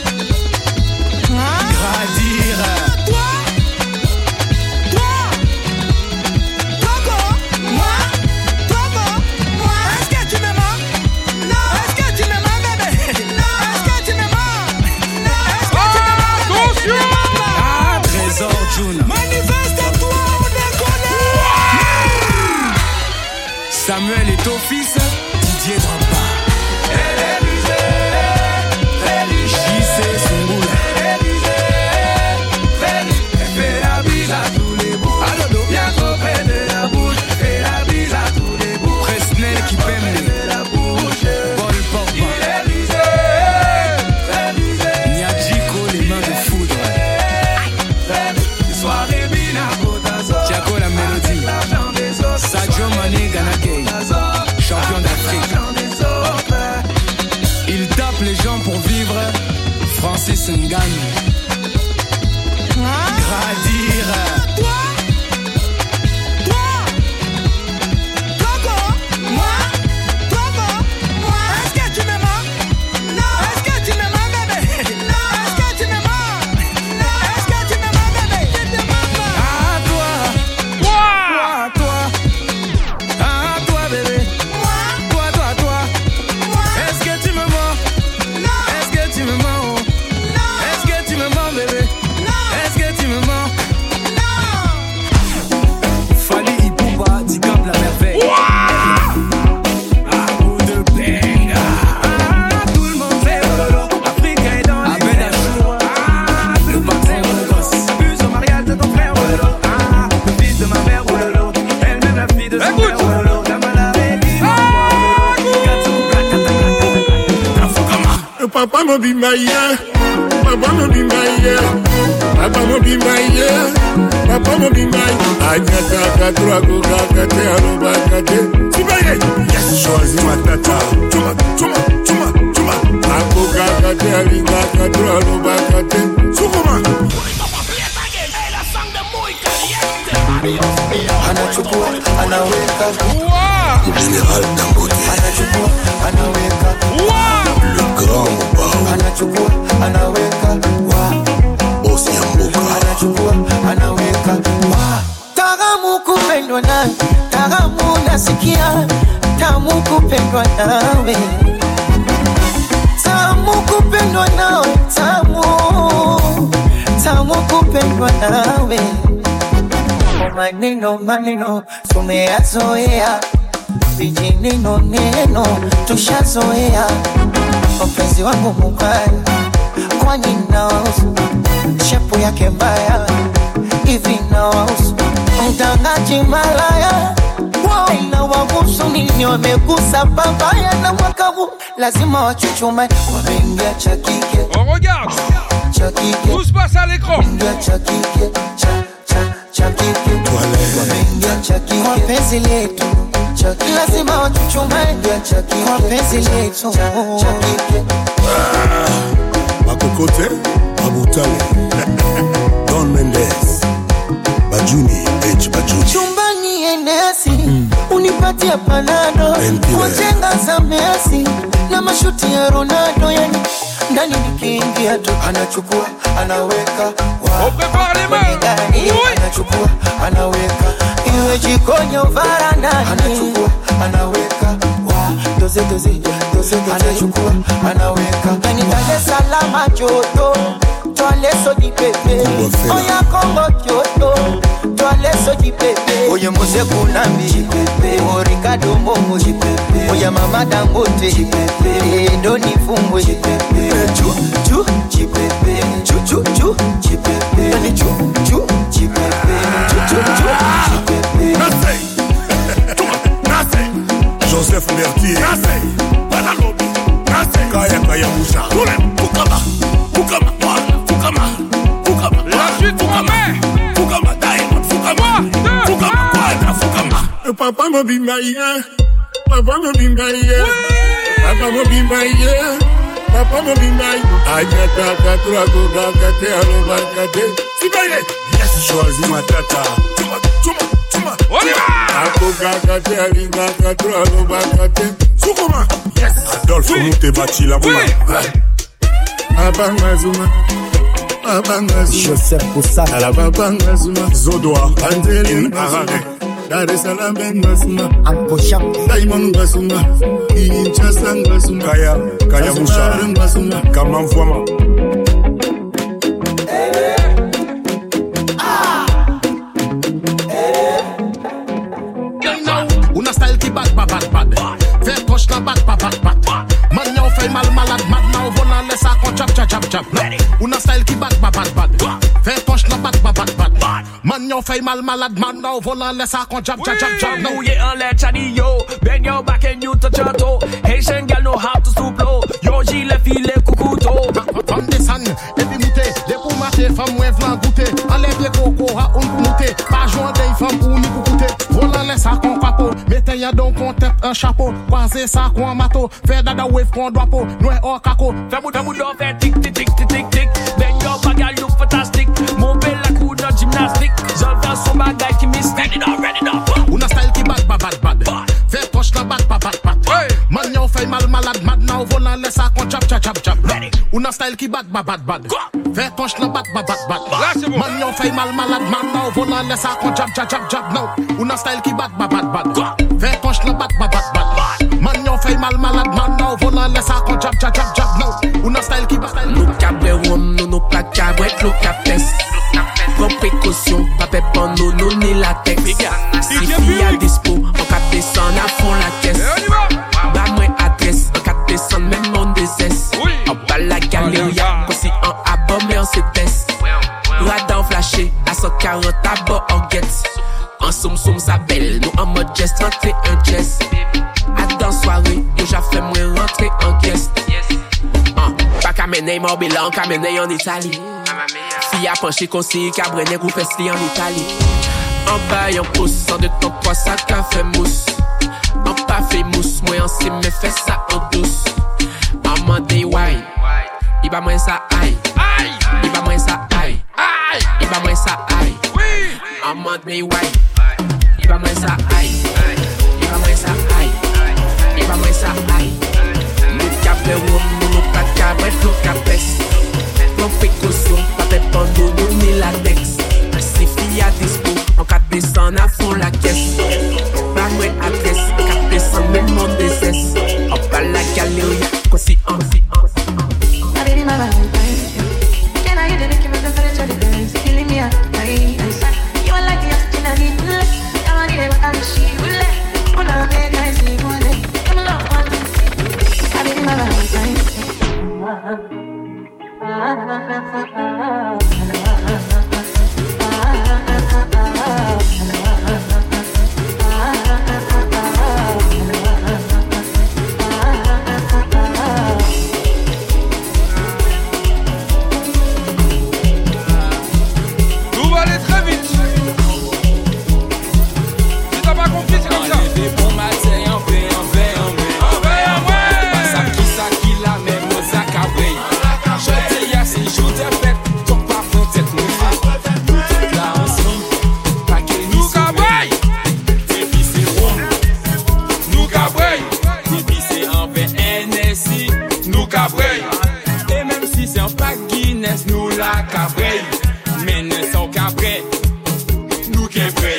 Gradire. Samuel est au fils, Didier Drogba. JC Sungoula. Elle fait la bise à tous les bouts. Bien trop près de la bouche. Elle fait la bise à tous les bouts. Presnel qui pème la bouche. Paul Pogba. Nyadjiko, les mains de foudre. Soirée Bina. Thiago la mélodie. Sadio Mané Ganagay, champion d'Afrique. Il tape les gens pour vivre, Francis Ngagne. Gradire. Papa no be my yeah, Papa no be my yeah, Papa no be my yeah, Papa no be my. Anyata katrago kakate aroba kate. Sibaye, yes choisi matata. Chuma, chuma, chuma, chuma. Ako kakate alinga katro aroba kate. Sukuma. Anachukua, anaweka. Général Dangote. Anachukua, anaweka. Le grand Bao. Anachukua, anaweka. Boss Yamboka. Anachukua, anaweka. Taramu kupendwa nawe, taramu nasikia, tamu kupendwa nawe, tamu kupendwa nawe, tamu kupendwa nawe. Maneno maneno tumeyazoea, vijineno neno tushazoea. Mpenzi wangu mubaya, kwani naosu shepu yake mbaya hivi naosu mtangaji malaya, na wabusu nini wamegusa babaya na mwaka huu lazima wachuchume wameingia cha kike. On regarde cha kike. Tout se passe à l'écran. Cha kike. Cha kike. Wameingia cha kike. Kwa penzi letu cha kike. Lazima wachuchume cha kike. Kwa penzi letu cha kike. Makokote Abutale Don Mendes Bajuni H Bajuni chumbani enesi unipatie panado kujenga za Messi na mashuti ya Ronaldo yani ndani nikiingia tu anachukua anaweka anachukua anaweka iwe jikoni varandani anachukua anaweka doze anachukua anaweka ndani Dar es Salaam joto toile sodi pepe oya Kongo Kyoto toile sodi pepe oya Mose Kunambi pepe o Ricardo Momo pepe oya Mama Dangote pepe Doni Fungwe pepe chu pepe chu pepe yani chu pepe chu pepe Nase Joseph Mertier Nase Banalobi Nase Kaya Moussa Fukama La suite Fukama Diamond Fukama Quadra Fukama Papa mo bimbaye Papa mo bimbaye Papa mo bimbaye Anyata katura kugakate alobakate Sibaye Yes choisi matata Chuma On y va Akugakate alingakatura alobakate Sukuma Yes Adolphe Moutebati la mouma Abangazuma Joseph Boussat Alababangazuma Zodoa Angeline Arare Dar es Salaam Bengazuma Ampocham Diamond Bazuma Kinshasa Bazuma Kaya Moussa Bazuma Kamamvwama Una style qui bat. Fais poche la bat. Man yon fait mal malade, mad now volant laisse à con chap. Una style qui bat. Fais poche la bat. Man yon fait mal malade, mad now volant laisse à con chap. Now you on let chatty yo, bend your back and you touch your toe. Haitian girl know how to stoop low. Yo gilet file kukuto. Femme de san, et puis mouté, les pour mater, femme ouè vlan goûter. Enlève les coco à on mouté, pas joint des femmes ou ni pour goûter. Volant laisse à con papo, mettez y'a donc on tête un chapeau. Croisez ça con mato, fait dada wave con drapeau. Noué hors caco, fais bout fait tic. Bend your back and look fantastic. Mon bel la coup de gymnastique. J'en fais son bagay qui me ready up. Una style qui bat. Fais poche la bat. Man yon fait mal malade, mad now volant laisse à con chap. Una style qui bat. Fais poche la bat. Man yon fait mal malade, mad now volant laisse à con chap. No, una style qui bat. Fais poche la bat. Man yon fait mal malade, mad now volant laisse à con chap. No, una style qui bat. Nous cabre rhum, nous pas cabre, nous capes. Prends précaution, pas pépon, nous ni latex. Si fille à dispo, on cap descendre à fond la caisse. Bah moi adresse, on cap descendre même mon désesse. On bat la galerie, aussi en abord mais on se teste. Radar flashé, à 140 à bord en guette. En somme ça belle, nous en mode geste, rentrer un geste. À dans soirée, nous j'ai fait moi rentrer en guest. Pas qu'à mener mon bilan, qu'à mener en Italie. Si a penché conseiller cabrenet ou festi en Italie. En bas y'en pousse, en 2 temps 3 sacs à fait mousse. En pas fait mousse, moi en si me fait ça en douce. En mandé wine, il va moins ça aïe. Il va moins ça aïe. Il va moins ça aïe. En mandé wine, il va moins ça aïe. Il va moins ça aïe. Il va moins ça aïe. Nous capé roum, nous pas cabre, nous capes. Prends précaution, pas pépon, nous ni latex. Si fille à dispo, on cap descendre à fond la caisse. Pas moins adresse, on cap descendre même mon décesse. On parle la galerie, aussi en. My baby, my Valentine. Can I get the Nicki Minaj for the dance? Killing me up, nice. You are like the oxygen I need. I want to get my she will let. non pas Guinness, nous la cabré. Mais ne sont cabré, nous qui vrai.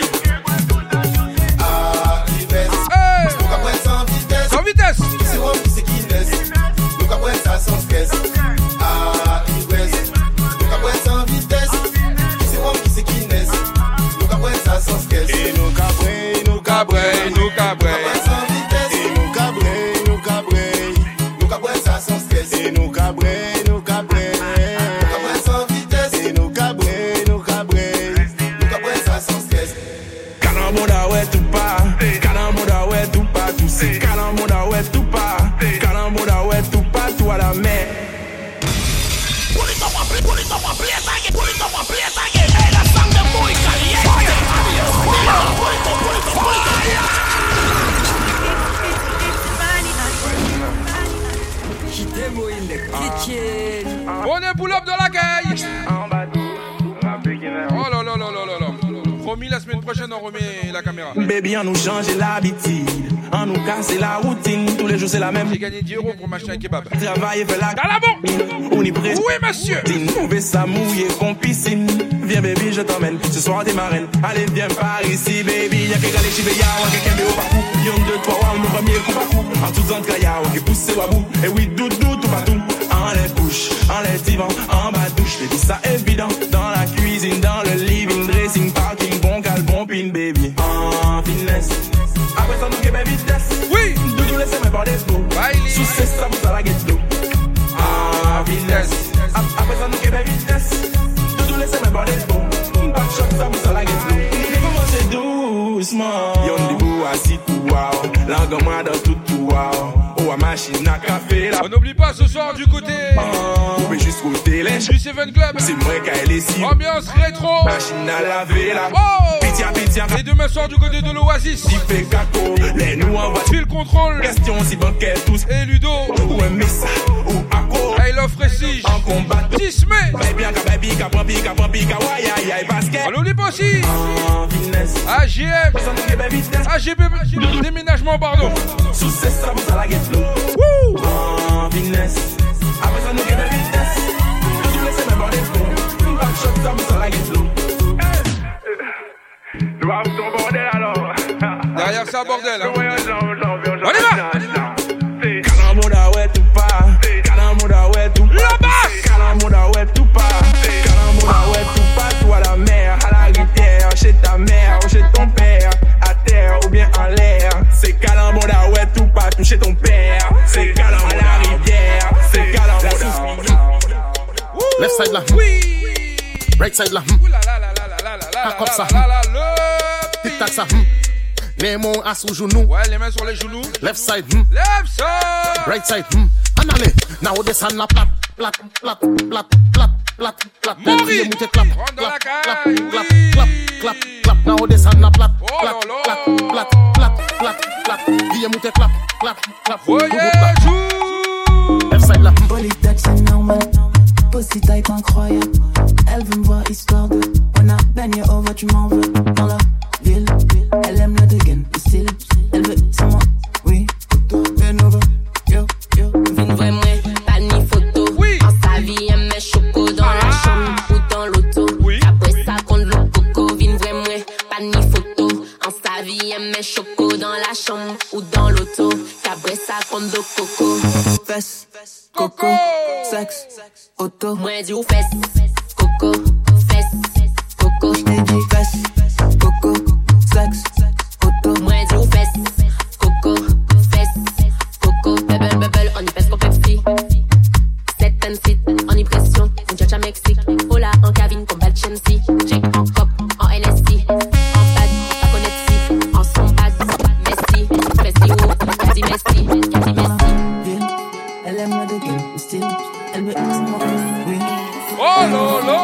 Ah, Ives, nous qu'après sans vitesse. Sans vitesse. C'est moi qui c'est Guinness. Nous qu'après ça sans stress. Ah, Ives, nous qu'après sans vitesse. C'est moi qui c'est Guinness. Nous qu'après ça sans stress. Et nous cabré, nous cabré, nous cabré. Sans vitesse. Et nous cabré, nous cabré. Nous qu'après ça sans stress. Et nous cabré, nous cabré. Nous qu'après sans vitesse. Et nous cabré, nous cabré. Nous qu'après ça sans stress. Calamboda ouais tout pas. Calamboda ouais tout pas. Tout c'est calamboda ouais tout pas. Calamboda ouais tout pas. Tout à la mer. On est pull-up de la caille. Oh là là là là là là. Promis, la semaine prochaine, on remet la caméra. Baby, on nous change l'habitude. On nous casse la routine. Tous les jours, c'est la même. J'ai gagné 10 € pour m'acheter un kebab. Travail fait la Calabon. On y prête. Oui, monsieur. On veut ça mouiller comme piscine. Viens, baby, je t'emmène. Ce soir, t'es marraine. Allez, viens par ici, baby. Y'a quelqu'un les chibé, y'a quelqu'un qui est au parcours. Y'en deux, trois, on nous premier coup par coup. En tous en cas, y'a qui pousse au bout. Et oui, doudou, tout partout. En les couches, en les divans, en bas douche. Baby, ça évident. Dans la cuisine, dans le living, dressing, parking, bon cal, bon pin, baby. En finesse. Après ça, nous qui baby vitesse. Oui. Doudou, laissez-moi par des flots. Sous ces sables, ça la guette l'eau. En finesse. Après ça, nous qui baby vitesse. Doudou, laissez-moi par des flots. Pas de choc, ça vous, ça la guette l'eau. Commencez doucement. Y'en debout, assis, tout wow. Langue-moi dans tout, tout wow. Oh, à machine à café là. On n'oublie pas ce soir du côté. Mais jusqu'au télé. Du Seven Club. C'est moi qui ai les cibles. Ambiance rétro. Machine à laver là. Oh. Pitia, pitia. Et demain soir du côté de l'Oasis. Il fait caco. Les nous envoie. Fil contrôle. Question si banquet tous. Et Ludo. Ou un messa. Ou Ako. I love Prestige. En combat. 10 mai. Baby, baby, capampi, capampi, kawaii, aïe, aïe, basket. On n'oublie pas aussi. AGM. AGB. Déménagement, pardon. Sous ces sables, ça la guette l'eau. En finesse. Après ça, nous guette la vitesse. Tout laissez même bordel fond. Pas de choc, ça vous, ça la guette l'eau. Nous avons ton bordel alors. Derrière ça, bordel. Hein. On y va. Calamboda, ouais, tout pas. Calamboda, ouais, tout pas. La basse. Calamboda, ouais, tout pas. Calamboda, ouais, tout pas. Tout à la mer, à la rivière. Chez ta mère ou chez ton père. À terre ou bien en l'air. C'est Calamboda, ouais, tout pas. Toucher ton père. C'est Calamboda. À la rivière. C'est Calamboda. Left side là. Oui. Right side là. Ouh là là là là là là là Comme ça. Tic tac ça. Les mains à sous genoux. Ouais, les mains sur les genoux. Left side. Left side. Right side. En allez. Now descend la plate. Plate, plate, plate, plate, plate, plate. Mori. Clap, clap, clap, clap, clap, clap, clap. Now descend la plate. Plate, plate, plate, plate, plate, plate. Viens monter clap, clap, clap. Oh yeah, chou. Left side là. Body touch c'est normal. Pussy type incroyable. Elle veut me voir histoire de. On a baigné over, tu m'en veux. Dans la ville, elle aime le dégaine, le style. Elle veut sur moi, oui. Ben over, yo, yo. Vine vraiment, pas ni photo. Oui. En sa vie, elle met choco dans la chambre ou dans l'auto. Oui. Après ça, contre le coco. Vine vraiment, pas ni photo. En sa vie, elle met choco dans la chambre ou dans l'auto. Après ça, contre le coco. Fesses, coco, sexe, auto. Moi, dis ou fesses, coco, fesses, coco. J't'ai dit fesses, coco, sexe, auto. Moi, dis ou fesses, coco, fesses, coco. Bubble, bubble, on y pèse comme Pepsi. Set and fit, en impression, on judge à Mexique. Hola, en cabine, comme Bad Chelsea. Check en cop, en NSC. En bad, pas connaître si. En son bad, Messi. Messi ou, Cathy Messi. Cathy Messi. Elle aime le dégaine, le style. Elle veut sur moi, oui. Oh lolo.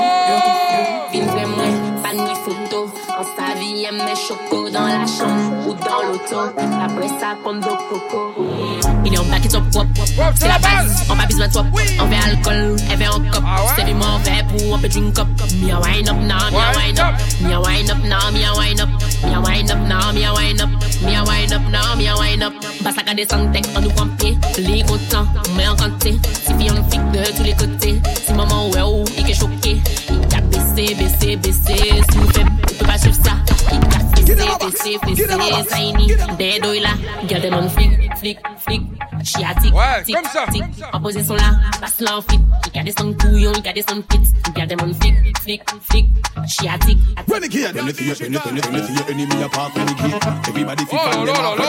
Vine vraiment, pas ni photo. En sa vie, elle met choco dans la chambre ou dans l'auto. ghetto, la pressa kondo coco. Il est en back it up, wop. C'est la base, on va besoin de toi. On veut alcool, elle veut un cop. C'est du mauvais pour un peu drink up. Me a wine up now, me a wine up. Me a wine up now, me a wine up. Me a wine up now, me a wine up. Me a wine up now, me a wine up. Basse à des centaines, on nous prend pied. Les contents, mais en quantité. Si fille on fixe de tous les côtés. Si maman ouais ou, il est choqué. Il a baissé, baissé, baissé. Si vous faites, il peut pas suivre ça. Il a baissé, baissé, baissé. Saini, dead oil là. Garde mon flic. Chiatique, ouais, tic, comme ça. Tic, en position là, passe là en fit. Il a des sons couillons, il a des sons pits. Garde mon flic, chiatique. When it here, then you see your enemy apart when it here. Everybody fi fan them off.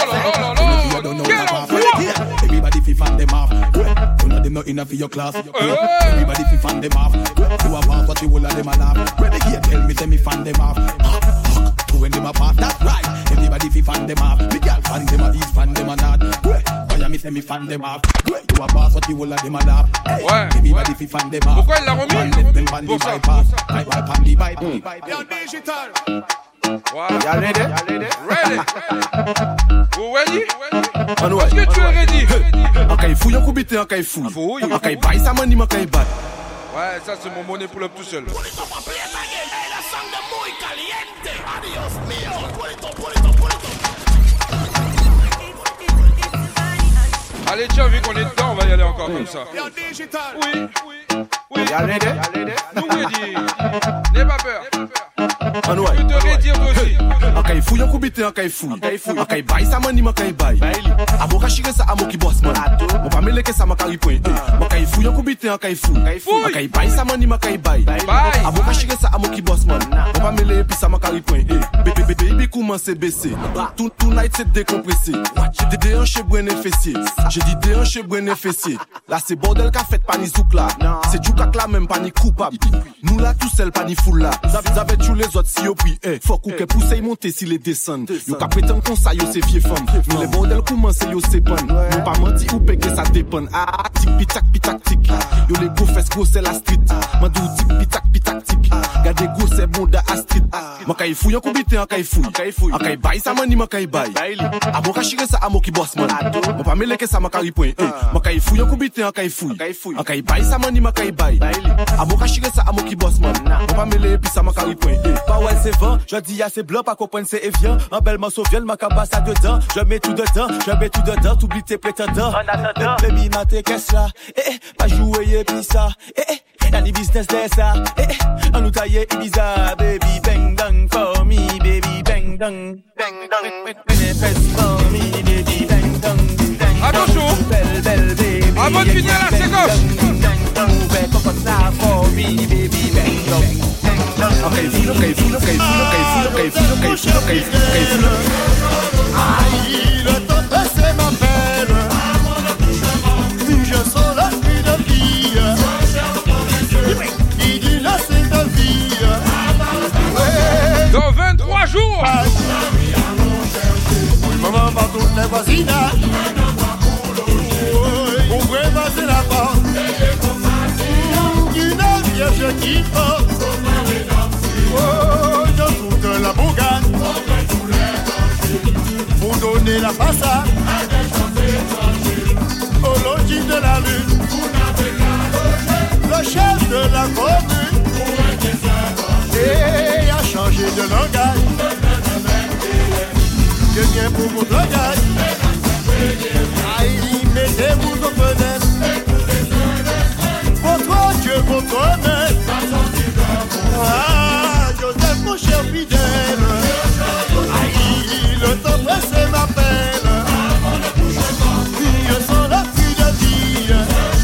Everybody fi fan them off. None of them not enough for your class. Everybody fi fan them off. You a pass what you will of them a laugh. When it here, tell me say me fan them off. When them apart, that's right. Everybody fi fan them off. Me girl fan them a east, fan them a north. Why me say me fan them off? You a pass what you will of them a laugh. Everybody fi fan them off. Pourquoi il l'a remis? Pour ça. Bypass. Yo, digital. Wow. Y'all ready? Ready. Vous ready? Est-ce que tu es ready? Okay, fouille un coup bité, okay, fouille. Okay, buy sa money, okay, buy. Ouais, ça c'est mon money pull up tout seul. Allez, tiens, vu qu'on est dedans, on va y aller encore comme ça. Oui. Y'all ready? Nous ready. N'aie pas peur. Tu te redire aussi. Okay, fouille un coup bité, okay, fouille. Okay, buy sa money, okay, buy. Abo ka chire sa amo ki boss man. Mon pa mele ke sa makari point. Okay, fouille un coup bité, okay, fouille. Okay, buy sa money, okay, buy. Abo ka chire sa amo ki boss man. Mon pa mele puis sa makari point. Baby commence baisser. Tonight c'est décompressé. J'ai des hanches brûlées fessiers. J'ai dit des hanches brûlées fessiers. Là c'est bordel qu'a fait pas ni zouk là. C'est du cac là même pas ni coupable. Nous là tout seul pas ni foule là. J'avais tous les autres si yo puis faut que pousse y monter si les descendent. Yo ka prétend qu'on ça yo c'est vieux femme. Mais les bordel commence yo c'est bon. Nous pas menti ou péquer ça dépend. Ah tic pitac tic. Yo les go fesses gros c'est la street. Mandou tic pitac tic. Gardez go c'est bon da a street. Moi kay fouille ko bité kay fouille. Kay buy sa money moi kay buy. Abo ka chire sa amo ki boss man. Moi pas mêler que ça makari point. Moi kay fouille ko bité kay fouille. Kay buy sa money moi kay buy. Abo ka chire sa amo ki boss man. Moi pas mêler puis ça makari point. Pas ouais c'est vent, je dis à c'est blanc, pas comprendre c'est évian. Un bel morceau vienne, ma cabane ça dedans. Je mets tout dedans, t'oublies tes prétendants. Baby, ma t'es qu'est-ce là? Pas jouer et puis ça. Dans les business de ça. On nous taille Ibiza, baby, bang dang for me, baby, bang dang. Bang dang, manifest for me, baby, bang dang. Attention! Belle, baby. Avant de finir la séquence! For me, baby, bang dang. Okay, full. Aïe, le temps passé m'appelle. Je sens la pluie de vie. Il dit là c'est ta vie. Dans 23 jours. Maman va toutes les voisinages. Ouvrez passer la porte. Une vierge qui porte. Oh, dans toute la bourgade. Pour donner la façade au logis de la lune. Le chef de la commune et a changé de langage. Je viens pour votre langage. Aïe, mettez-vous aux fenêtres. Votre Dieu, votre maître. Ah, Joseph, mon cher fidèle. Aïe, le temps pressé m'appelle. Je sens la pluie de vie.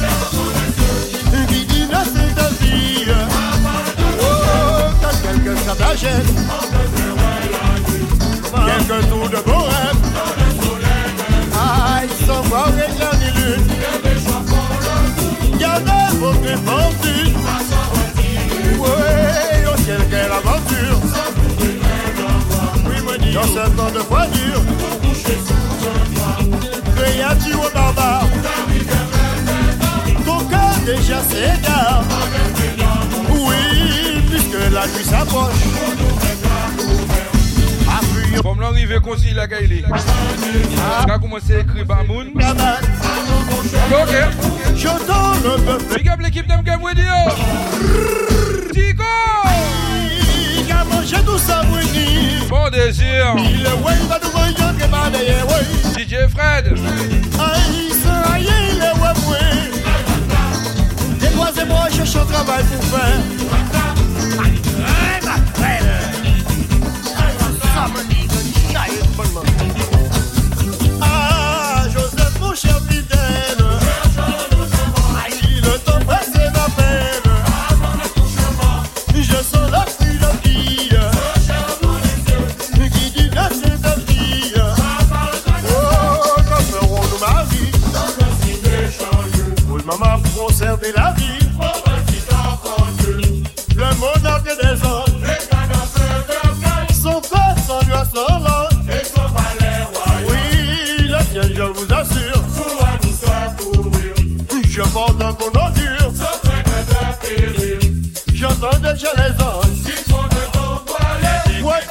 Qui dit là c'est ta vie. Oh, t'as quelques stratagèmes. Quelques tours de beau rêve. Aïe, sans voir éclair ni lune. Gardez votre fortune. Ouais, au ciel quelle aventure. Dans ce temps de froidure. Créature au barbare. Ton cœur déjà s'égare. Oui, puisque la nuit s'approche. Comme l'arrivée concile la Gaïli. Tu as commencé à écrire Bamoun. Ok. Big up l'équipe d'M-Game Radio. Tigo. Bon désir. DJ Fred. Déboisez-moi, je suis au travail pour faire. Ah, Joseph, mon cher fidèle. Le temps presse ma peine. Je sens la pluie de fille qui dit que c'est ta fille. Oh, quand ferons-nous ma vie? Oui, maman, pour conserver la vie. Le monarque des anges, son frère, son lui, son l'ange, et son palais royal. Oui, le ciel, je vous assure, je porte un bon ordure. J'entends déjà les anges qui sont de ton toilette. Ouais.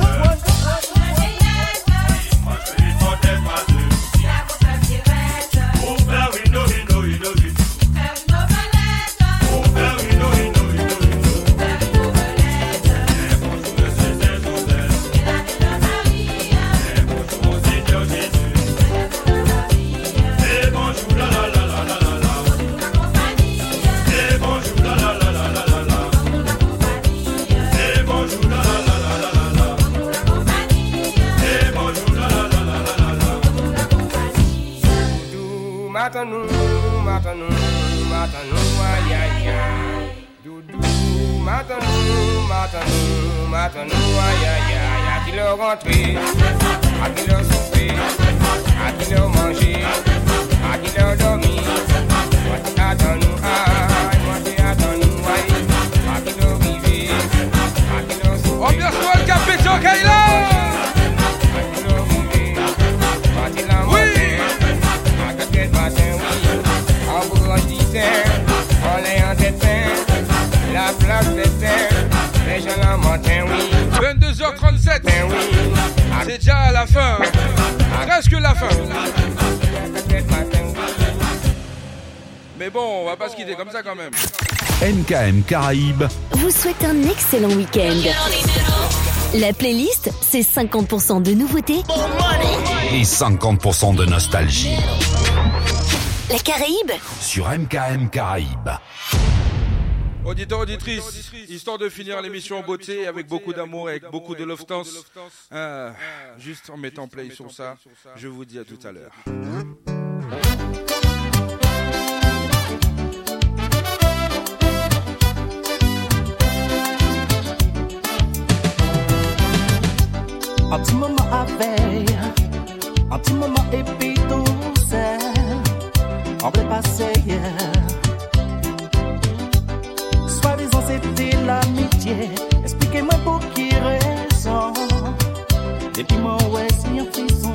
Matanou, aïe aïe aïe. Doudou, matanou, aïe aïe aïe. À qui le rentrer, à qui le souper, à qui le manger, à qui le dormir. Moi tu attends nous, aïe, moi tu attends nous, aïe. À qui le river, à qui le souper. Ambiance-toi le capétion Kaila. À qui le river, à qui la manger, à quelques matins, oui. En bourge d'Isère, on est en tête la place des terres, les gens la montagne, oui. 22h37, oui. C'est déjà à la fin, presque la fin. Mais bon, on va pas se quitter comme ça quand même. MKM Caraïbes vous souhaite un excellent week-end. La playlist, c'est 50% de nouveautés et 50% de nostalgie. La Caraïbe sur MKM Caraïbes. Auditeurs, auditrices, histoire de finir l'émission en beauté avec beaucoup d'amour, avec beaucoup de love dance. Juste en mettant play sur ça, je vous dis à tout à l'heure. Un petit moment à veille, un petit moment épique douce, on peut passer hier. Soi-disant c'était l'amitié, expliquez-moi pour qui raison. Depuis mon ouais, si un frisson,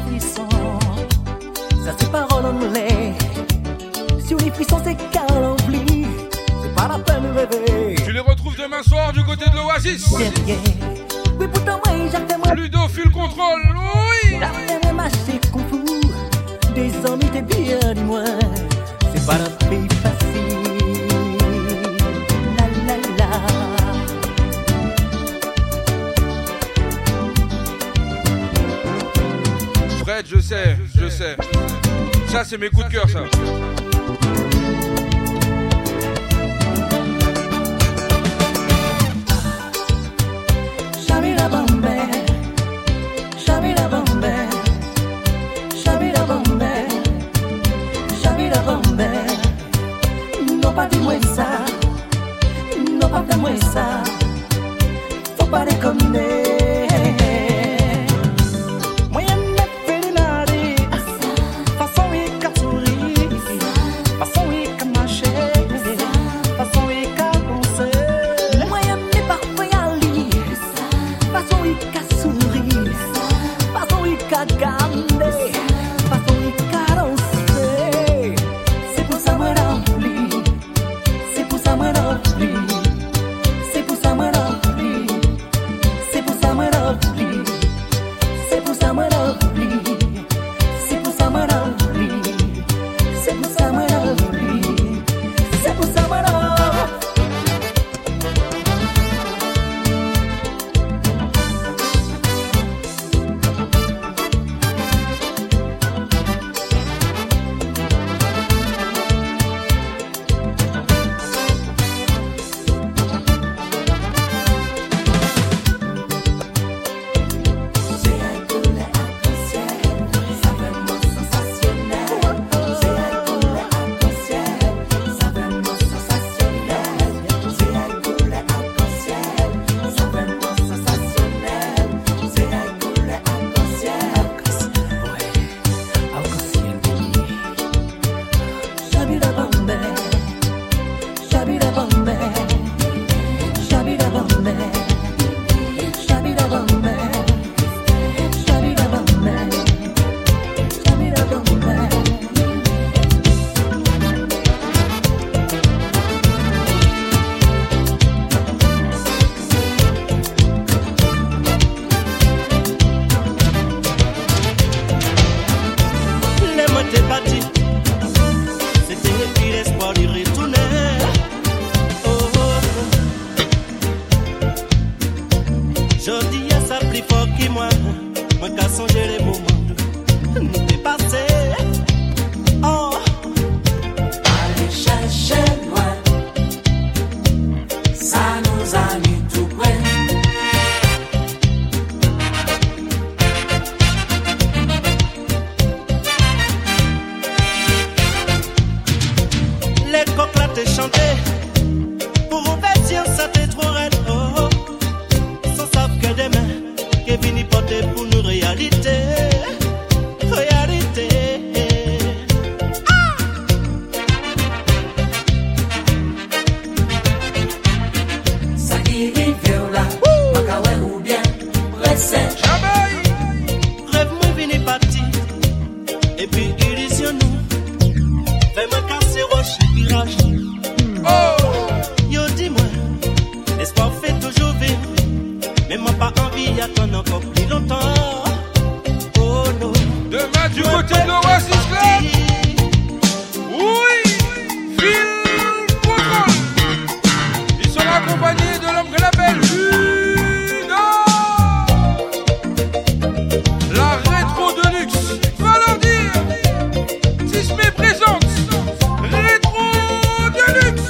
ça c'est parole en l'air. Si on est frisson c'est car on oublie, c'est pas la peine de rêver. Tu les retrouves demain soir du côté de l'Oasis. Oui, pourtant, oui, j'attends. Ludo, file contrôle, oui. J'attends marcher comme fou. Des amis, t'es bien, dis-moi. C'est pas un pays facile. La la la. Fred, je sais. Ça, c'est mes coups de cœur, ça. Non pas dis-moi ça, non pas dis-moi ça, faut pas déconner. Moi j'aime faire des nari, façon oui qu'à sourire, façon oui qu'à marcher, façon oui qu'à danser. Moi j'aime parfois y aller, façon oui qu'à sourire, façon oui qu'à garder, façon oui qu'à danser. C'est pour ça moi rempli. C'est pour ça moi rempli. C'est crash. Yo dis-moi, l'espoir fait toujours vivre, mais moi pas envie d'attendre encore plus longtemps. Oh non. Demain du côté de l'Oasis Club. Oui, Phil Control. Ils sont accompagnés de l'homme que l'appelle Ludo. La rétro de luxe. Va leur dire. Tismé présente. Rétro de luxe.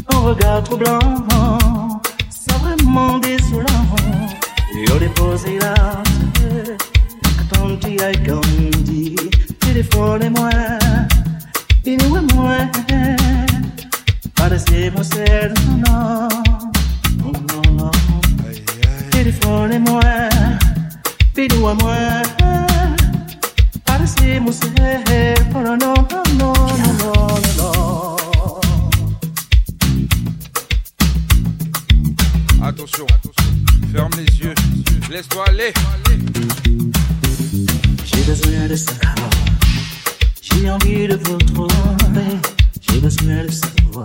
un regard troublant, c'est vraiment désolant. Io déposé là, quand tu as grandi, téléphone-moi, dis-moi, pas de mon ciel, non, non, non. Téléphone-moi, dis-moi, pas de mon ciel, non, non, non, non, non, non. Attention, ferme les yeux, laisse-toi aller. J'ai besoin de savoir, j'ai envie de vous trouver, j'ai besoin de savoir.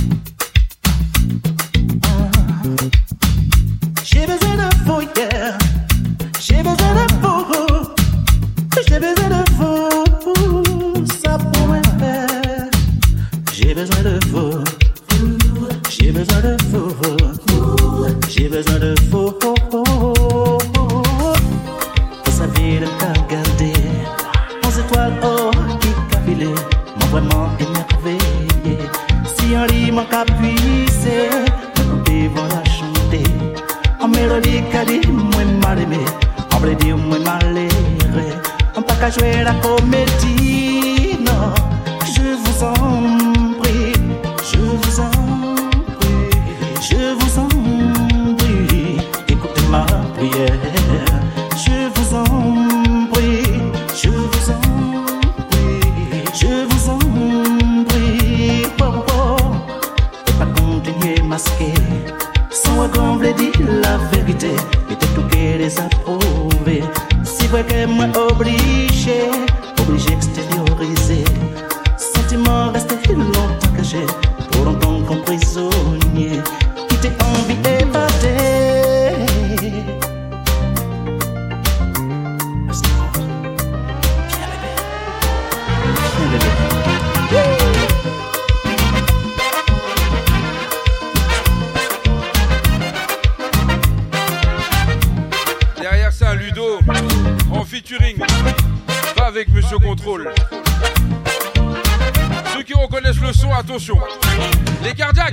J'ai besoin de vous, yeah. J'ai besoin de vous, j'ai besoin de vous, ça pourrait faire. J'ai besoin de vous, j'ai besoin de vous, j'ai besoin de vous. Vous savez de quoi regarder, aux étoiles, oh, qui capillent, m'ont vraiment émerveillé. Si un lit m'a capuissé, mes coupés vont la chanter. En mélodie qu'a dit, moi mal aimé, en blé dit, moi mal erré. On pas qu'à jouer la comédie, non, je vous en prie, je vous en prie, je vous en prie, écoutez ma prière. Je vous en prie, je vous en prie, je vous en prie, oh, oh. Et pas continuer masqué, sans combler dire la vérité, et tout qu'elle les approuver. Si vrai que moi obligé extérioriser, sentiment resté longtemps caché, pour longtemps comme prisonnier, quitter envie évader. Derrière ça, Ludo, en featuring, pas avec Monsieur Contrôle. Ceux qui reconnaissent le son, attention, les cardiaques.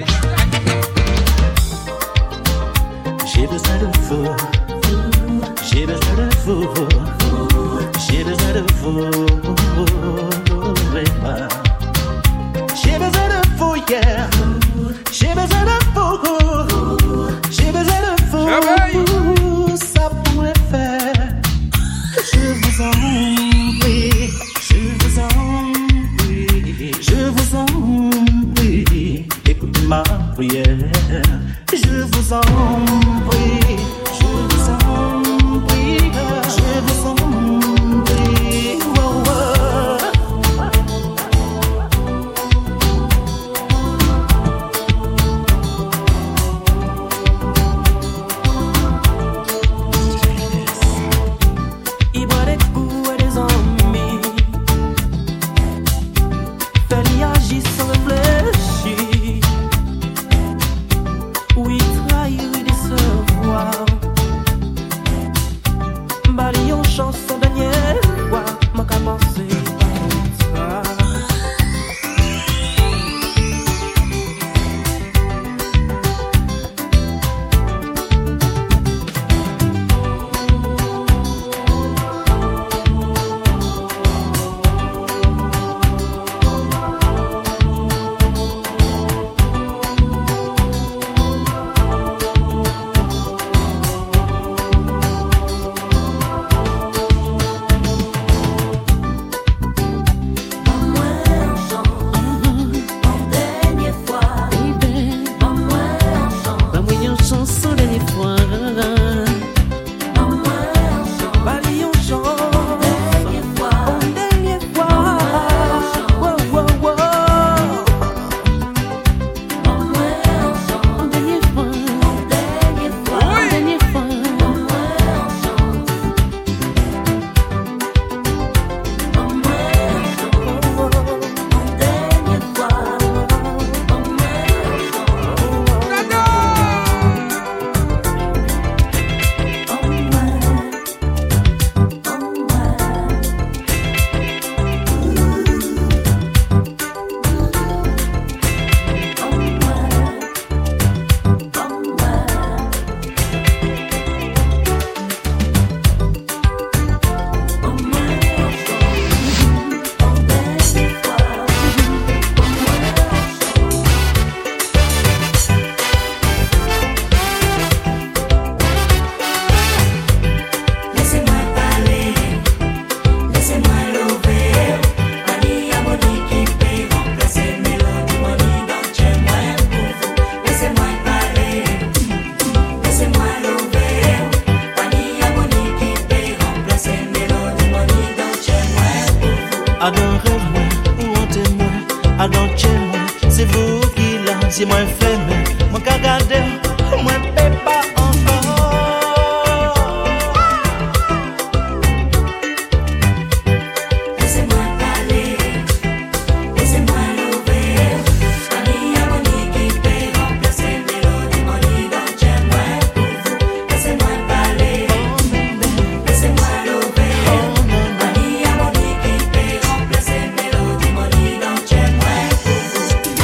J'ai besoin de vous, j'ai besoin de vous, j'ai besoin de vous, j'ai besoin de vous, yeah. J'ai besoin de vous, j'ai besoin de vous, ça pourrait faire. Je vous en prie, je vous en prie, je vous en prie, écoutez ma prière. Je vous en prie, je vous en prie, je vous en prie, oh, oh. Il boit des coups et des ennemis, Fanny agit sans réfléchir. Oui, trahir et c'est vous qui l'a, si moi femme, moi qu'à garder, moi paie pas encore. Laissez-moi parler, laissez-moi l'ouvrir. Famille harmonique qui peut remplacer mélodie, mon idole, j'aimerais pour vous. Laissez-moi parler, laissez-moi l'ouvrir. Famille harmonique qui peut remplacer mélodie, mon idole, j'aimerais pour vous.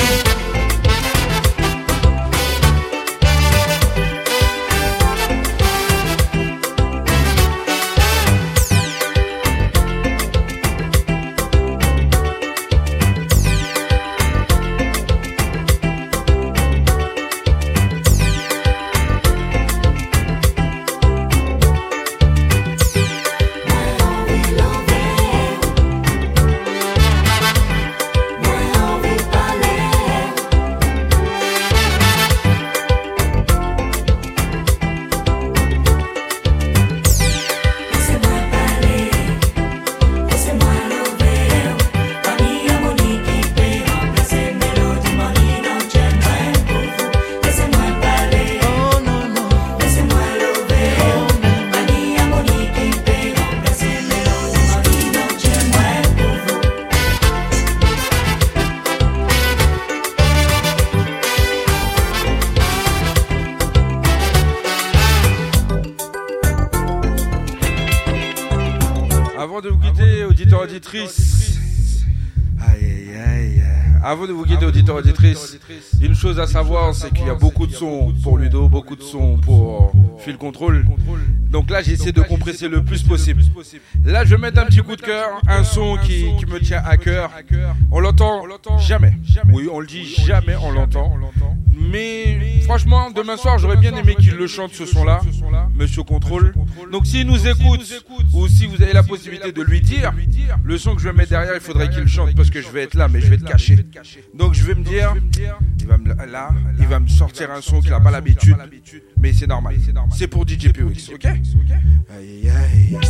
Avant de vous quitter, auditeurs auditrices. Aïe, aïe, aïe. Avant de vous quitter, auditeurs auditrices, une chose à savoir, c'est qu'il y a beaucoup de sons pour Ludo, beaucoup de sons pour Fil Control. Donc là, j'essaie de compresser le plus possible. Là, je vais mettre un petit coup de cœur, un son qui me tient à cœur. On l'entend jamais. Oui, on le dit jamais, on l'entend. Mais franchement, demain soir, j'aurais bien aimé qu'il le chante ce son-là, Monsieur Contrôle. Donc s'il nous écoute, ou si vous avez la possibilité de lui dire, le son que je vais mettre derrière, il faudrait qu'il chante, parce que je vais être là, mais je vais être caché. Donc je vais me dire, il va me sortir un son qu'il n'a pas l'habitude, mais c'est normal. C'est pour DJ POX, ok? Aïe, aïe.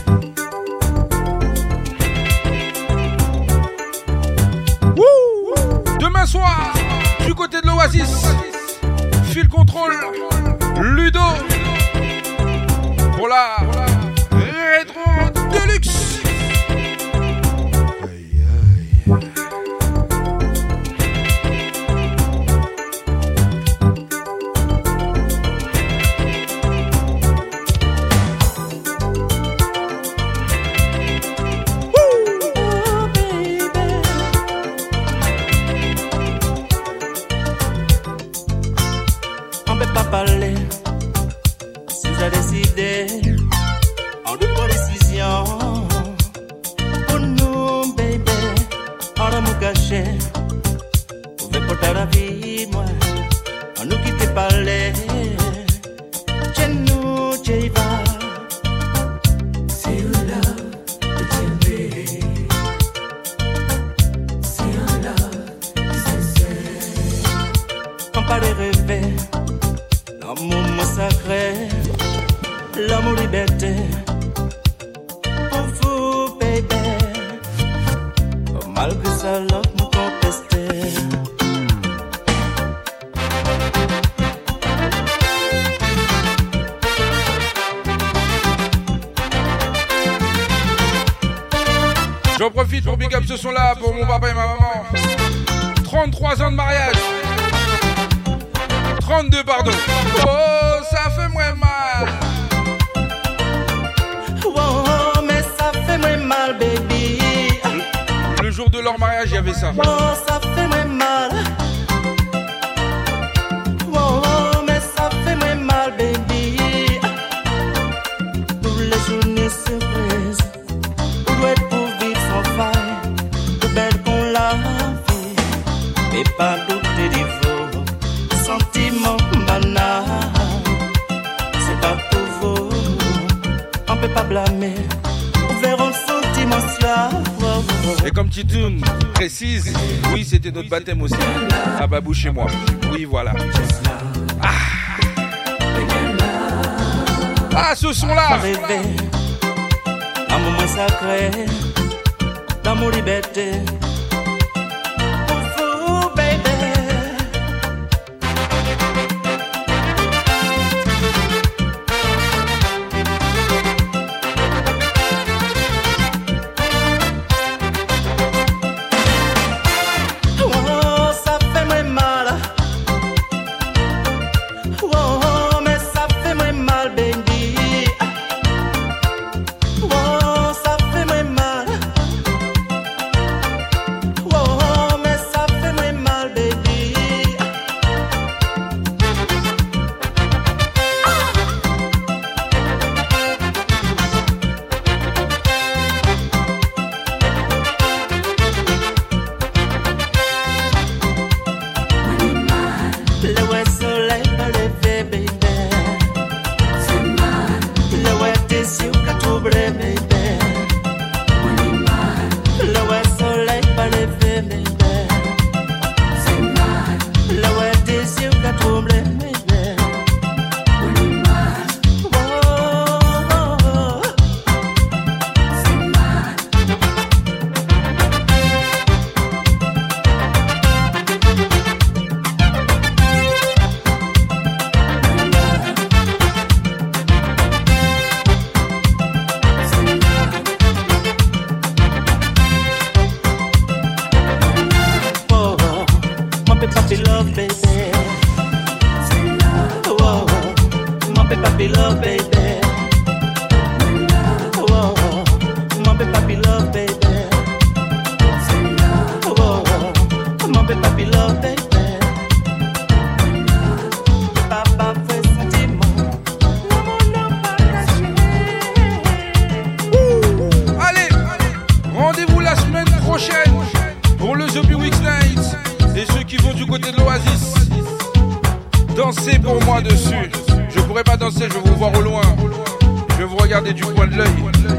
Demain soir, du côté de l'Oasis, Fil Control, Ludo, pour la Rétro Deluxe. Aïe, aïe. Parler, si j'ai décidé en de bonnes décisions pour nous, baby, en de me cacher, on veut porter la vie, moi, on nous quitte parler, chez nous, j'y va. Si you love, it's me. Si you love, c'est on parle de rêver. L'amour sacré, l'amour liberté, pour vous, baby. Malgré ça, l'autre nous contestait. J'en profite pour big up ce son-là pour mon papa et ma maman. 33 ans de mariage. 32, pardon. Oh, ça fait moins mal. Oh, mais ça fait moins mal, baby. Le jour de leur mariage, il y avait ça. Oh, ça fait moins mal. Oh, mais ça fait moins mal, baby. Tous les journées surprises, on doit être pour vivre sans faille. De belle qu'on l'a vie, mais pas douter du vos sentiments banals. C'est pas pour vous, on peut pas blâmer. On verra le sentiment soir. Et comme Titoun précise, oui, c'était notre baptême aussi. À Babou chez moi. Oui, voilà. Ah, ce son-là. Amour sacré, d'amour liberté. Pour vous, baby. Mampé papi love baby. Oh, mampé papi love baby. Oh, mampé papi love baby. Oh, mampé papi love baby. Papa fait sentiment. Allez, rendez-vous la semaine prochaine pour le The Week Night. Et ceux qui vont du côté de l'Oasis, dansez pour moi dessus. Je pourrais pas danser, je vais vous voir au loin. Je vais vous regarder du coin de l'œil.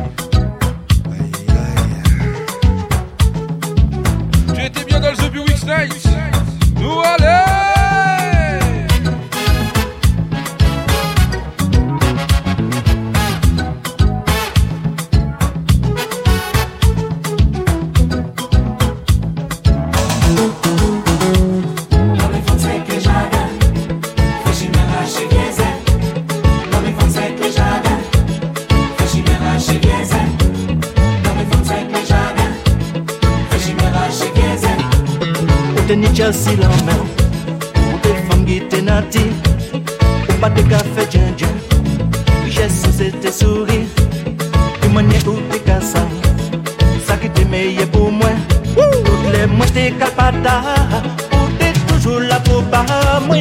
Tu étais bien dans le The Week Night. Nous allez. Ni Chelsea la main, ou des femmes qui étaient nati, ou pas de café djindjin, richesse c'était sourire, du manière ou des cassas, ça qui était meilleur pour moi, toutes les mois t'es capata, ou t'es toujours là pour pas moi.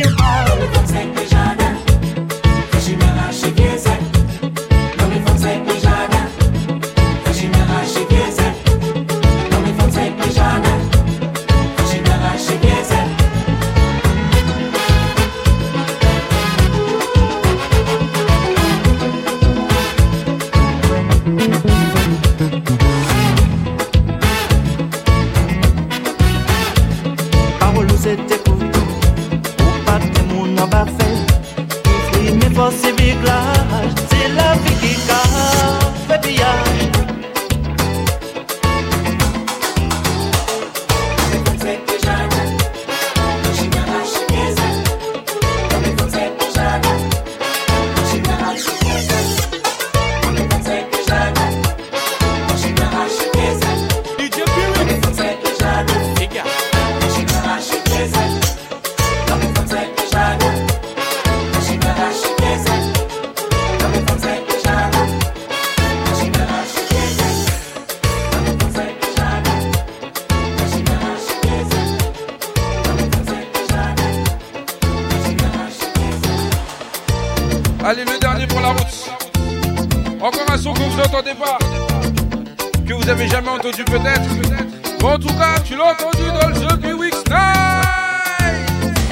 Allez, le dernier pour la route. Encore un son que vous n'entendez pas, que vous avez jamais entendu peut-être. Bon, en tout cas, tu l'as entendu dans le The Week Night.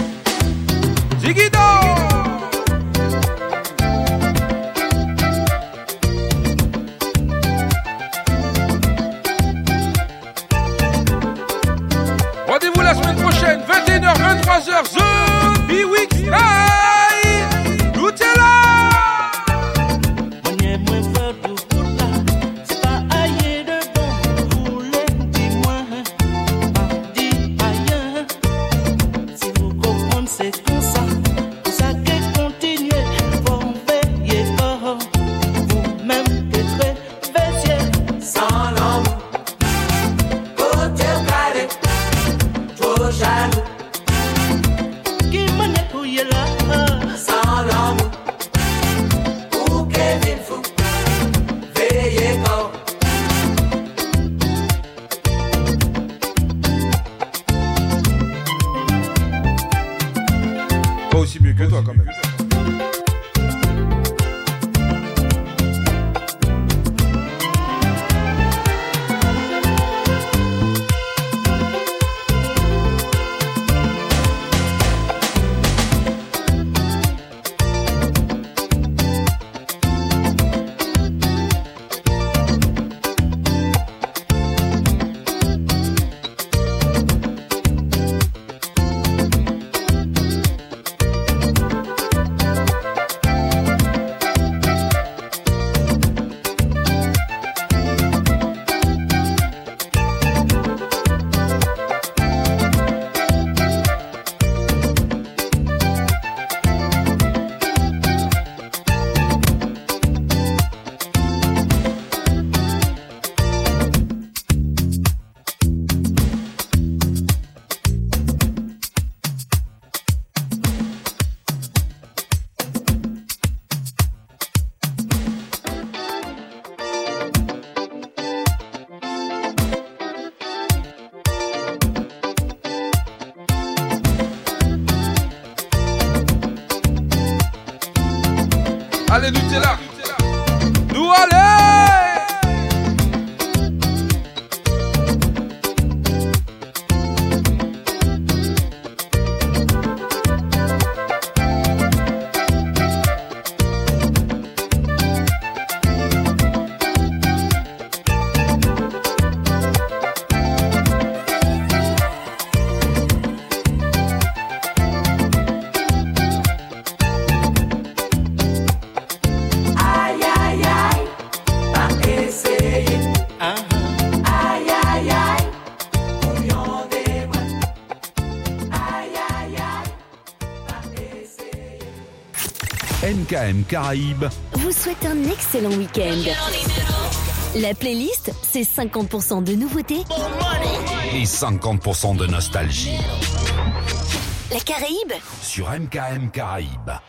Ziggy rendez-vous la semaine prochaine, 21h, 23h, The Week Night. Tout est là. Pas aussi mieux que toi quand même. Allez, Nutella. Nous allez. MKM Caraïbes vous souhaite un excellent week-end. La playlist, c'est 50% de nouveautés et 50% de nostalgie. La Caraïbe sur MKM Caraïbes.